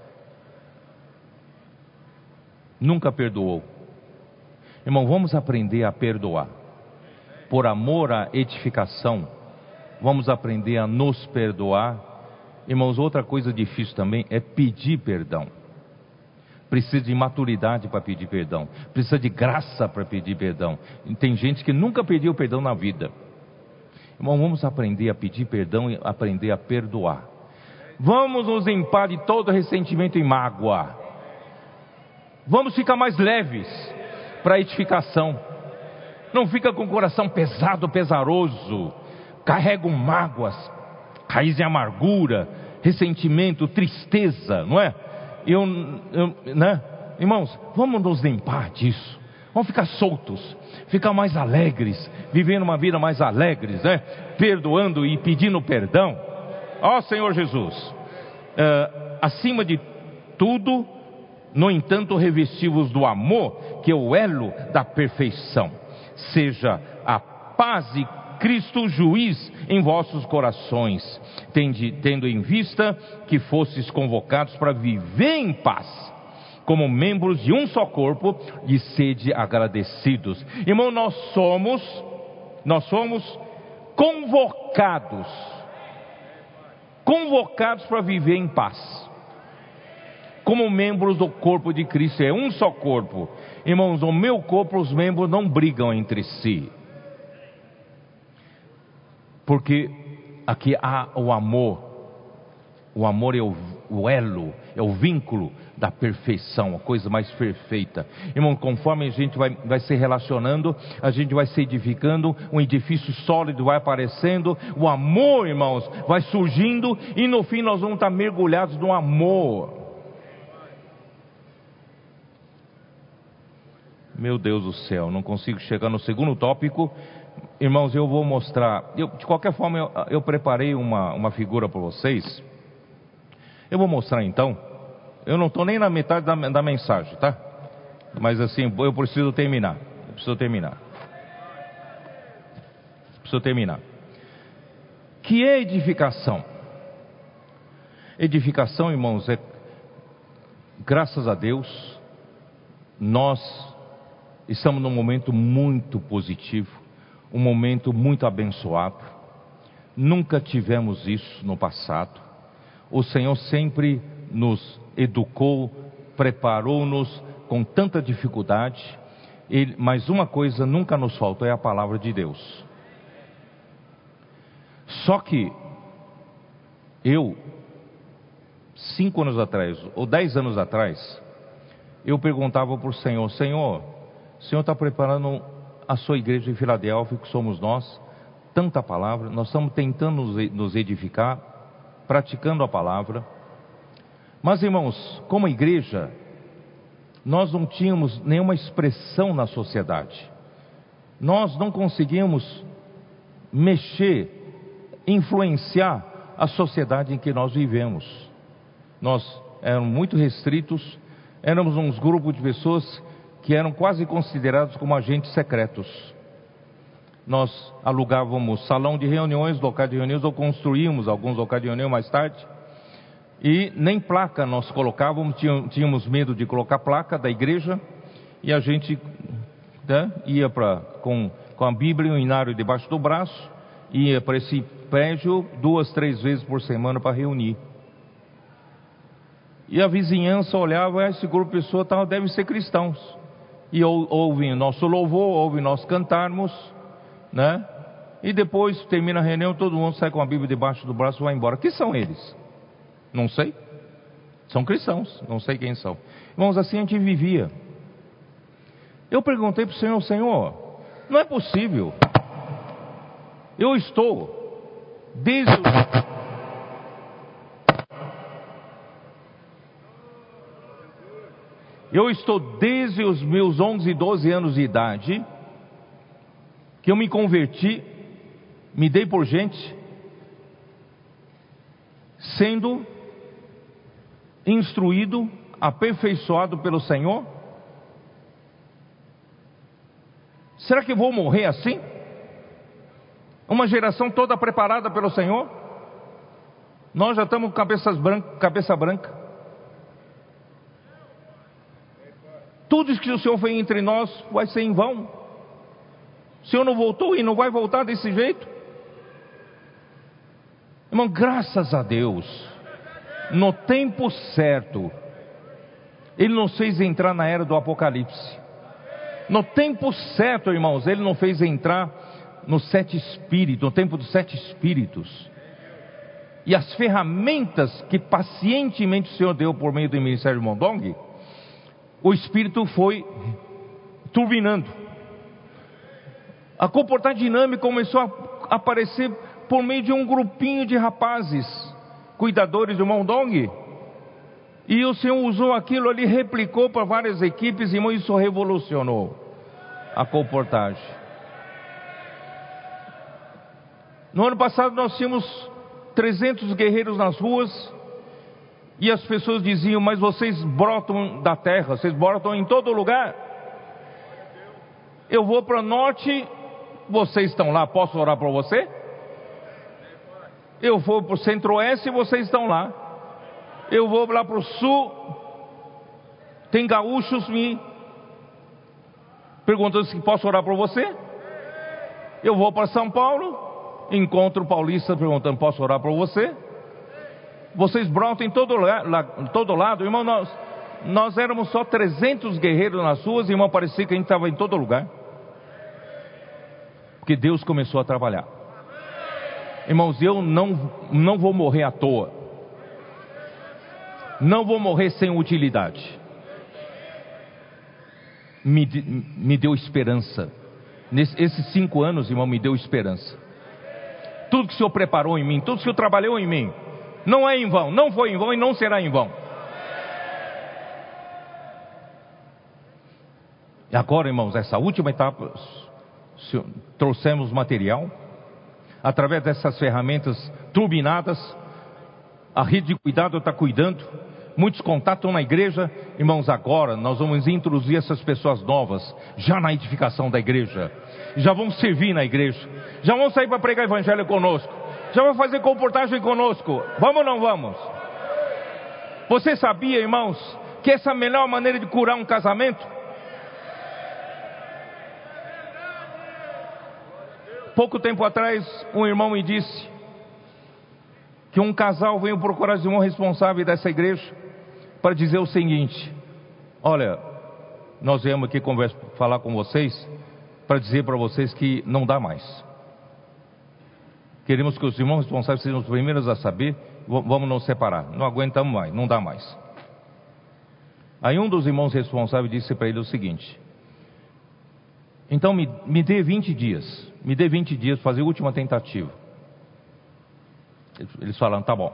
Nunca perdoou. Irmão, vamos aprender a perdoar. Por amor à edificação, vamos aprender a nos perdoar. Irmãos, outra coisa difícil também é pedir perdão. Precisa de maturidade para pedir perdão. Precisa de graça para pedir perdão. E tem gente que nunca pediu perdão na vida. Irmão, vamos aprender a pedir perdão e aprender a perdoar. Vamos nos limpar de todo ressentimento e mágoa. Vamos ficar mais leves para a edificação. Não fica com o coração pesado, pesaroso. Carregam mágoas, raiz de amargura, ressentimento, tristeza, não é? Né? Irmãos, vamos nos limpar disso. Vamos ficar soltos, ficar mais alegres, vivendo uma vida mais alegre, né? Perdoando e pedindo perdão. Ó Senhor Jesus, acima de tudo, no entanto, revesti-vos do amor, que é o elo da perfeição. Seja a paz de Cristo juiz em vossos corações, tendo em vista que fostes convocados para viver em paz, como membros de um só corpo, e sede agradecidos. Irmão, nós somos convocados para viver em paz, como membros do corpo de Cristo. É um só corpo. Irmãos, no meu corpo os membros não brigam entre si, porque aqui há o amor. O amor é o elo, é o vínculo da perfeição, a coisa mais perfeita. Irmão, conforme a gente vai se relacionando, a gente vai se edificando, um edifício sólido vai aparecendo, o amor, irmãos, vai surgindo, e no fim nós vamos estar mergulhados no amor. Meu Deus do céu, não consigo chegar no segundo tópico. Irmãos, eu vou mostrar, de qualquer forma eu preparei uma figura para vocês. Eu vou mostrar então. Eu não estou nem na metade da mensagem, tá? Mas assim, eu preciso terminar. Que é edificação? Edificação, irmãos, é, graças a Deus, nós estamos num momento muito positivo, um momento muito abençoado. Nunca tivemos isso no passado. O Senhor sempre nos educou, preparou-nos com tanta dificuldade, mas uma coisa nunca nos faltou, é a palavra de Deus. Só que 5 anos atrás, ou 10 anos atrás, eu perguntava para o Senhor: Senhor, o Senhor está preparando a sua igreja em Filadélfia, que somos nós, tanta palavra, nós estamos tentando nos edificar, praticando a palavra. Mas irmãos, como igreja, nós não tínhamos nenhuma expressão na sociedade. Nós não conseguimos mexer, influenciar a sociedade em que nós vivemos. Nós éramos muito restritos, éramos uns grupos de pessoas que eram quase considerados como agentes secretos. Nós alugávamos salão de reuniões, local de reuniões, ou construímos alguns locais de reunião mais tarde, e nem placa nós colocávamos, tínhamos medo de colocar placa da igreja, e a gente, né, ia com a Bíblia e o inário debaixo do braço, ia para esse prédio 2, 3 vezes por semana para reunir. E a vizinhança olhava, esse grupo de pessoas deve ser cristãos. E ouvem nosso louvor, ouvem nós cantarmos, né? E depois termina a reunião, todo mundo sai com a Bíblia debaixo do braço e vai embora. Que são eles? Não sei. São cristãos, não sei quem são. Irmãos, assim a gente vivia. Eu perguntei para o Senhor: Senhor, não é possível. Eu estou desde os meus 11, 12 anos de idade, que eu me converti, me dei por gente, sendo instruído, aperfeiçoado pelo Senhor. Será que eu vou morrer assim? Uma geração toda preparada pelo Senhor? Nós já estamos com cabeça branca. Tudo isso que o Senhor fez entre nós vai ser em vão. O Senhor não voltou e não vai voltar desse jeito. Irmão, graças a Deus, no tempo certo, Ele nos fez entrar na era do Apocalipse. No tempo certo, irmãos, Ele nos fez entrar no tempo dos 7 Espíritos. E as ferramentas que pacientemente o Senhor deu por meio do ministério de Mondong, o Espírito foi turbinando. A comportar dinâmica começou a aparecer por meio de um grupinho de rapazes, cuidadores do Mondong. E o Senhor usou aquilo ali, replicou para várias equipes, e isso revolucionou a comportagem. No ano passado nós tínhamos 300 guerreiros nas ruas, e as pessoas diziam: mas vocês brotam da terra, vocês brotam em todo lugar. Eu vou para o norte, vocês estão lá, posso orar por você? Eu vou para o centro-oeste, vocês estão lá. Eu vou lá para o sul, tem gaúchos me perguntando se posso orar por você. Eu vou para São Paulo, encontro paulistas perguntando: posso orar por você? Vocês brotam em todo lado, irmão. Nós éramos só 300 guerreiros nas ruas, irmão, parecia que a gente estava em todo lugar, porque Deus começou a trabalhar. Irmãos, eu não vou morrer à toa, não vou morrer sem utilidade. Me deu esperança. Esses 5 anos, irmão, me deu esperança. Tudo que o Senhor preparou em mim, tudo que o Senhor trabalhou em mim, não é em vão, não foi em vão e não será em vão. E agora, irmãos, essa última etapa, trouxemos material, através dessas ferramentas turbinadas, a rede de cuidado está cuidando, muitos contatos na igreja. Irmãos, agora nós vamos introduzir essas pessoas novas, já na edificação da igreja, já vão servir na igreja, já vão sair para pregar evangelho conosco, já vão fazer comportagem conosco. Vamos ou não vamos? Você sabia, irmãos, que essa é a melhor maneira de curar um casamento? Pouco tempo atrás, um irmão me disse que um casal veio procurar o irmão responsável dessa igreja para dizer o seguinte: olha, nós viemos aqui falar com vocês para dizer para vocês que não dá mais. Queremos que os irmãos responsáveis sejam os primeiros a saber, vamos nos separar, não aguentamos mais, não dá mais. Aí um dos irmãos responsáveis disse para ele o seguinte: então me dê 20 dias, me dê 20 dias para fazer a última tentativa. Eles falaram: tá bom.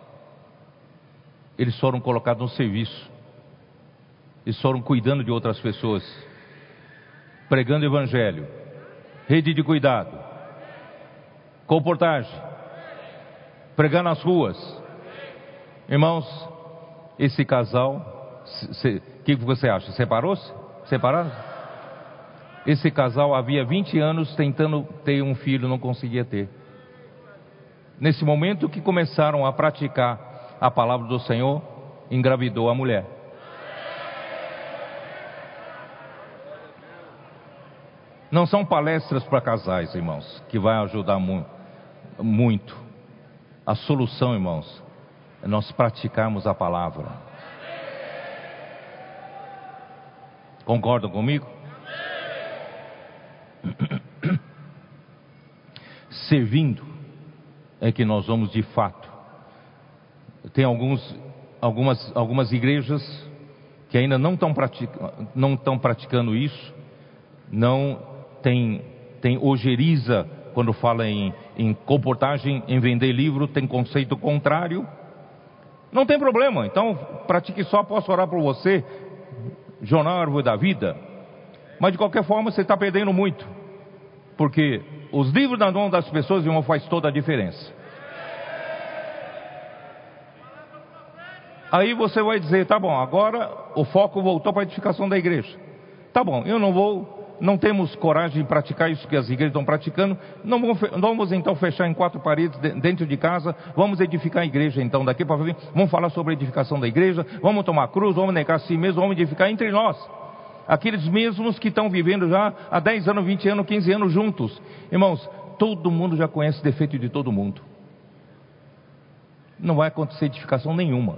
Eles foram colocados no serviço, eles foram cuidando de outras pessoas, pregando evangelho, rede de cuidado, comportagem, pregar nas ruas. Irmãos, esse casal, o que você acha? Separou-se? Separaram? Esse casal havia 20 anos tentando ter um filho, não conseguia ter. Nesse momento que começaram a praticar a palavra do Senhor, engravidou a mulher. Não são palestras para casais, irmãos, que vai ajudar muito. A solução, irmãos, é nós praticarmos a palavra. Concordam comigo? Servindo é que nós vamos de fato. Tem algumas igrejas que ainda não estão praticando isso, não tem ojeriza quando fala em comportagem, em vender livro, tem conceito contrário. Não tem problema, então pratique só, posso orar por você, Jornal Árvore da Vida. Mas de qualquer forma você está perdendo muito, porque os livros na mão das pessoas, irmão, faz toda a diferença. Aí você vai dizer, tá bom, agora o foco voltou para a edificação da igreja. Tá bom, não temos coragem de praticar isso que as igrejas estão praticando, não vamos então fechar em 4 paredes dentro de casa, vamos edificar a igreja então daqui para frente, vamos falar sobre a edificação da igreja, vamos tomar cruz, vamos negar a si mesmo, vamos edificar entre nós. Aqueles mesmos que estão vivendo já há 10 anos, 20 anos, 15 anos juntos. Irmãos, todo mundo já conhece o defeito de todo mundo. Não vai acontecer edificação nenhuma.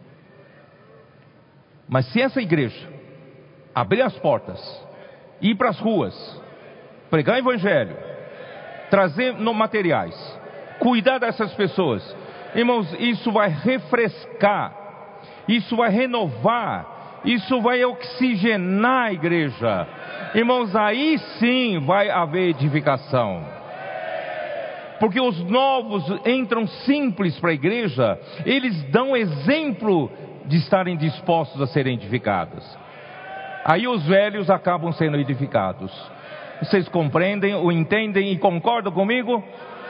Mas se essa igreja abrir as portas, ir para as ruas, pregar o evangelho, trazer materiais, cuidar dessas pessoas, irmãos, isso vai refrescar, isso vai renovar, isso vai oxigenar a igreja. Irmãos, aí sim vai haver edificação. Porque os novos entram simples para a igreja, eles dão exemplo de estarem dispostos a serem edificados. Aí os velhos acabam sendo edificados. Vocês compreendem, ou entendem e concordam comigo?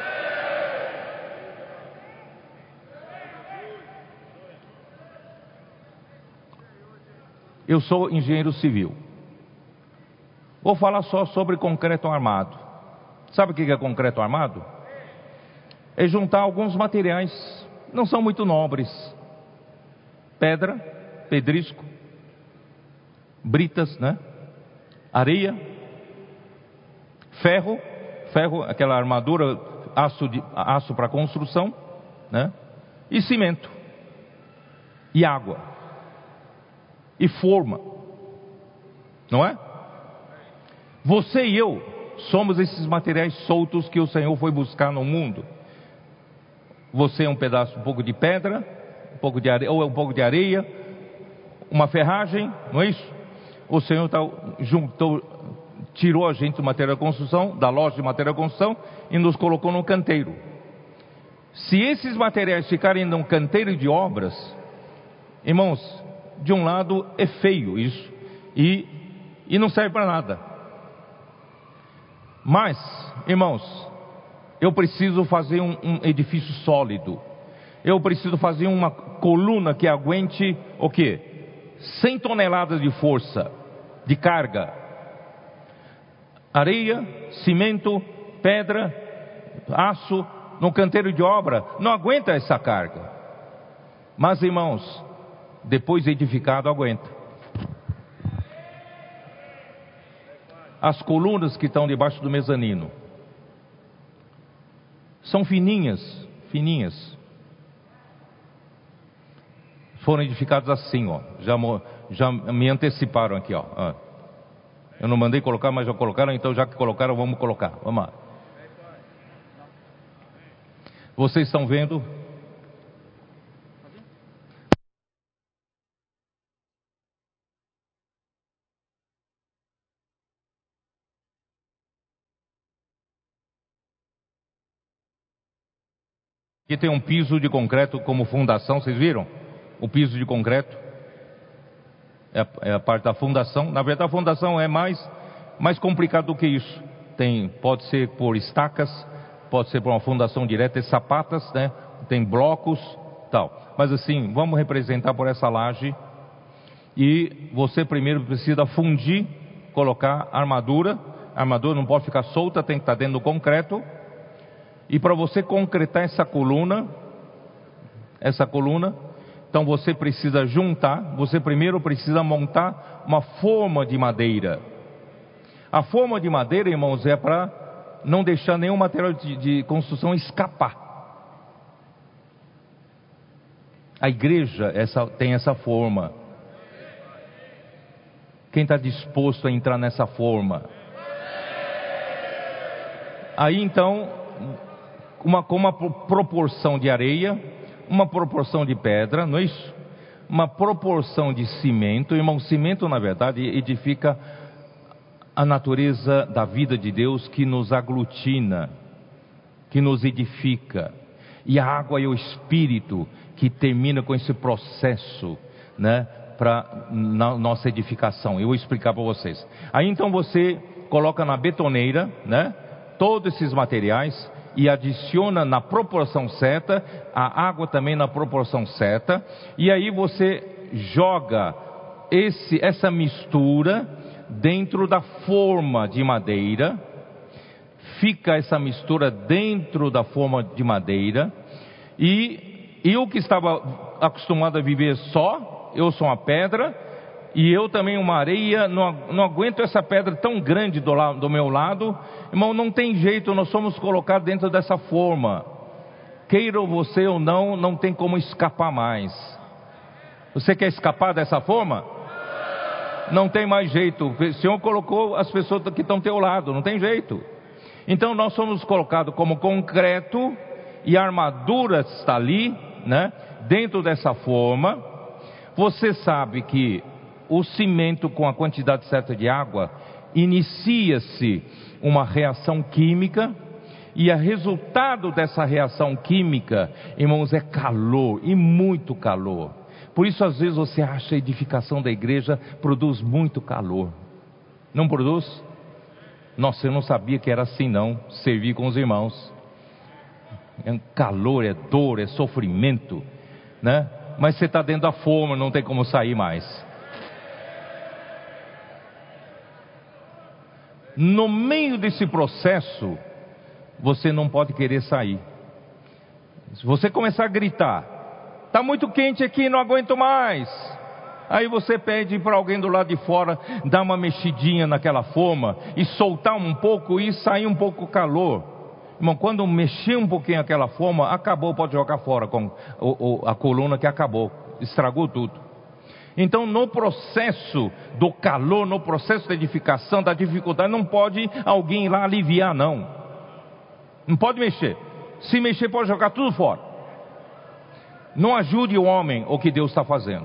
Eu sou engenheiro civil. Vou falar só sobre concreto armado. Sabe o que é concreto armado? É juntar alguns materiais, não são muito nobres: pedra, pedrisco, britas, né? Areia, ferro, aquela armadura, aço para construção, né? E cimento, e água, e forma, não é? Você e eu somos esses materiais soltos que o Senhor foi buscar no mundo. Você é um pedaço, um pouco de pedra, um pouco de areia, ou é um pouco de areia, uma ferragem, não é isso? O Senhor tirou a gente do material de construção, da loja de material de construção, e nos colocou no canteiro. Se esses materiais ficarem num canteiro de obras, irmãos, de um lado é feio isso, e não serve para nada. Mas, irmãos, eu preciso fazer um edifício sólido. Eu preciso fazer uma coluna que aguente o quê? 100 toneladas de força, de carga. Areia, cimento, pedra, aço, no canteiro de obra, não aguenta essa carga. Mas, irmãos, depois edificado aguenta. As colunas que estão debaixo do mezanino são fininhas. Foram edificados assim, ó. Já me anteciparam aqui, ó. Eu não mandei colocar, mas já colocaram, então já que colocaram, vamos colocar. Vamos lá. Vocês estão vendo? Aqui tem um piso de concreto como fundação, vocês viram? O piso de concreto é a parte da fundação. Na verdade, a fundação é mais complicado do que isso. Pode ser por estacas, pode ser por uma fundação direta, tem sapatas, né? Tem blocos, tal. Mas assim, vamos representar por essa laje. E você primeiro precisa fundir, colocar armadura. A armadura não pode ficar solta, tem que estar dentro do concreto. E para você concretar essa coluna, então você precisa juntar, você primeiro precisa montar uma forma de madeira. A forma de madeira, irmãos, é para não deixar nenhum material de construção escapar. A igreja tem essa forma. Quem está disposto a entrar nessa forma? Aí então, com uma proporção de areia, uma proporção de pedra, não é isso? Uma proporção de cimento. Irmão, cimento na verdade edifica a natureza da vida de Deus, que nos aglutina, que nos edifica. E a água é o Espírito que termina com esse processo, né, para nossa edificação. Eu vou explicar para vocês. Aí então você coloca na betoneira, né, todos esses materiais e adiciona na proporção certa, a água também na proporção certa, e aí você joga essa mistura dentro da forma de madeira. Fica essa mistura dentro da forma de madeira, e eu que estava acostumado a viver só, eu sou uma pedra, e eu também uma areia, não aguento essa pedra tão grande do meu lado. Irmão, não tem jeito, nós somos colocados dentro dessa forma. Queira você ou não, não tem como escapar mais. Você quer escapar dessa forma? Não tem mais jeito. O Senhor colocou as pessoas que estão ao teu lado, não tem jeito. Então nós somos colocados como concreto, e a armadura está ali, né, dentro dessa forma. Você sabe que o cimento, com a quantidade certa de água, inicia-se uma reação química, e o resultado dessa reação química, irmãos, é calor, e muito calor. Por isso às vezes você acha que a edificação da igreja produz muito calor. Não produz? Nossa, eu não sabia que era assim não, servir com os irmãos. É calor, é dor, é sofrimento, né? Mas você está dentro da forma, não tem como sair mais. No meio desse processo, você não pode querer sair. Se você começar a gritar, está muito quente aqui, não aguento mais. Aí você pede para alguém do lado de fora dar uma mexidinha naquela forma e soltar um pouco e sair um pouco o calor. Irmão, quando mexer um pouquinho aquela forma, acabou, pode jogar fora com a coluna, que acabou, estragou tudo. Então no processo do calor, no processo da edificação, da dificuldade, não pode alguém ir lá aliviar, não. Não pode mexer. Se mexer, pode jogar tudo fora. Não ajude o homem o que Deus está fazendo.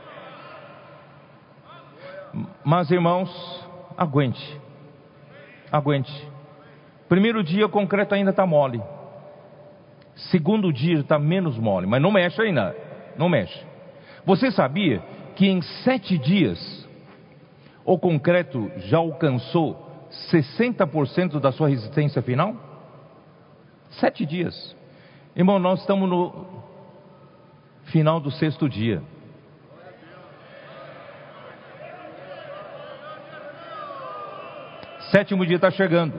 Mas irmãos, aguente. Primeiro dia o concreto ainda está mole. Segundo dia está menos mole, mas não mexe ainda. Não mexe. Você sabia que em 7 dias o concreto já alcançou 60% da sua resistência final? 7 dias. Irmão, nós estamos no final do 6º dia. Sétimo dia está chegando.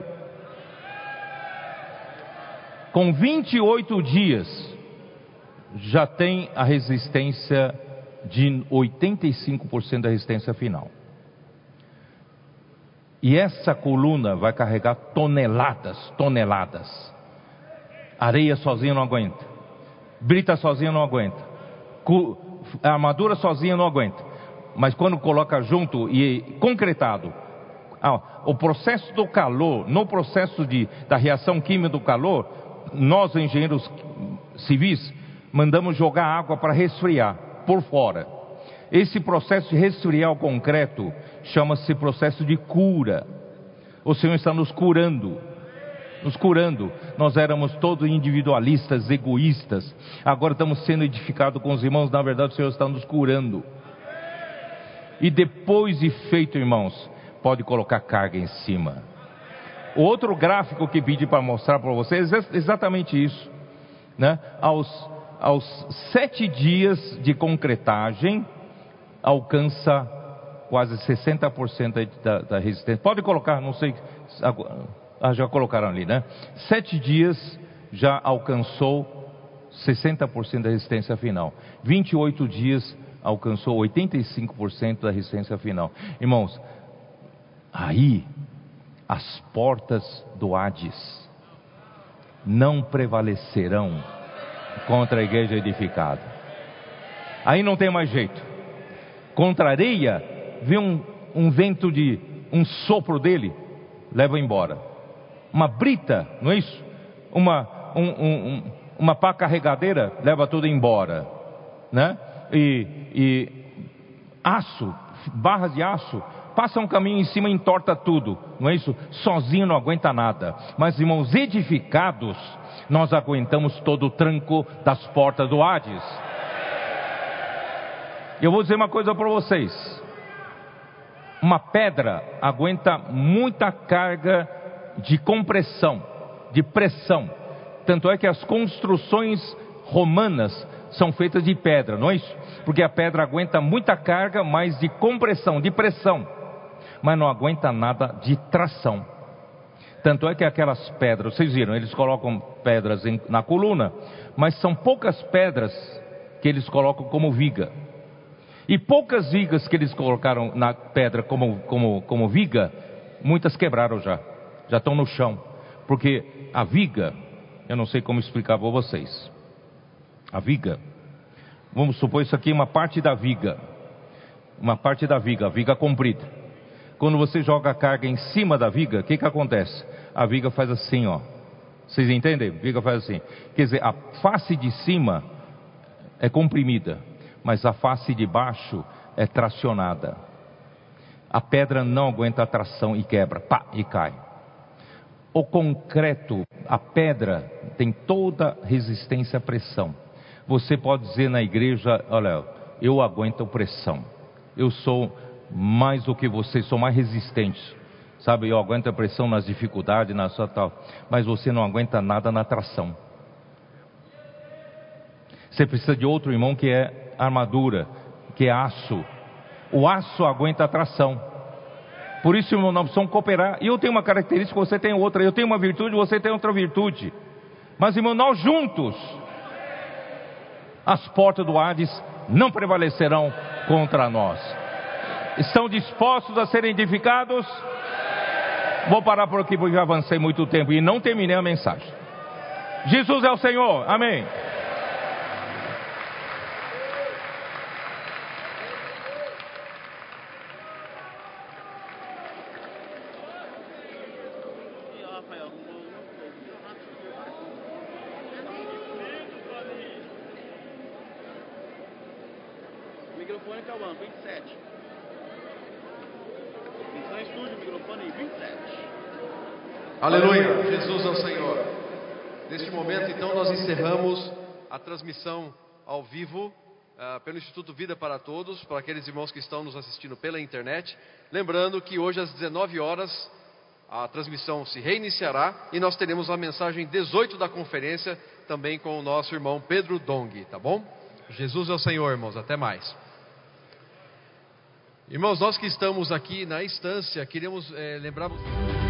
Com 28 dias, já tem a resistência de 85% da resistência final. E essa coluna vai carregar toneladas. Areia sozinha não aguenta. Brita sozinha não aguenta. A armadura sozinha não aguenta. Mas quando coloca junto e concretado, o processo do calor, no processo da reação química do calor, nós engenheiros civis mandamos jogar água para resfriar por fora. Esse processo de resfriar o concreto chama-se processo de cura. O Senhor está nos curando. Nós éramos todos individualistas, egoístas. Agora estamos sendo edificados com os irmãos. Na verdade o Senhor está nos curando. E depois de feito, irmãos, pode colocar carga em cima. O outro gráfico que pedi para mostrar para vocês é exatamente isso, né? Aos 7 dias de concretagem, alcança quase 60% da resistência. Pode colocar, não sei, já colocaram ali, né? 7 dias já alcançou 60% da resistência final. 28 dias alcançou 85% da resistência final. Irmãos, aí as portas do Hades não prevalecerão contra a igreja edificada. Aí não tem mais jeito. Contra a areia vem um vento um sopro dele, leva embora. Uma brita, não é isso? Uma pá carregadeira leva tudo embora, né? E aço, barras de aço, passa um caminho em cima e entorta tudo, não é isso? Sozinho não aguenta nada. Mas, irmãos, edificados, nós aguentamos todo o tranco das portas do Hades. Eu vou dizer uma coisa para vocês: uma pedra aguenta muita carga de compressão, de pressão. Tanto é que as construções romanas são feitas de pedra, não é isso? Porque a pedra aguenta muita carga, mas de compressão, de pressão, mas não aguenta nada de tração. Tanto é que aquelas pedras, vocês viram, eles colocam pedras na coluna, mas são poucas pedras que eles colocam como viga. E poucas vigas que eles colocaram na pedra como viga, muitas quebraram já estão no chão. Porque a viga, eu não sei como explicar para vocês. A viga, vamos supor isso aqui, uma parte da viga, a viga comprida. Quando você joga a carga em cima da viga, o que acontece? A viga faz assim, ó. Vocês entendem? A viga faz assim. Quer dizer, a face de cima é comprimida, mas a face de baixo é tracionada. A pedra não aguenta a tração e quebra, pá, e cai. O concreto, a pedra, tem toda resistência à pressão. Você pode dizer na igreja: olha, eu aguento pressão, eu sou mais do que você, sou mais resistente, sabe, eu aguento a pressão nas dificuldades, na sua tal. Mas você não aguenta nada na tração. Você precisa de outro irmão que é armadura, que é aço. O aço aguenta a tração. Por isso, irmão, nós precisamos cooperar. E eu tenho uma característica, você tem outra. Eu tenho uma virtude, você tem outra virtude. Mas, irmão, nós juntos, as portas do Hades não prevalecerão contra nós. Estão dispostos a serem edificados? Vou parar por aqui porque já avancei muito tempo e não terminei a mensagem. Jesus é o Senhor, amém. Microfone, Cauã, 27. Missão Estúdio, microfone 27. Aleluia, Jesus é o Senhor. Neste momento, então, nós encerramos a transmissão ao vivo pelo Instituto Vida para Todos, para aqueles irmãos que estão nos assistindo pela internet. Lembrando que hoje às 19 horas a transmissão se reiniciará e nós teremos a mensagem 18 da conferência, também com o nosso irmão Pedro Dong, tá bom? Jesus é o Senhor, irmãos, até mais. Irmãos, nós que estamos aqui na instância, queremos lembrar...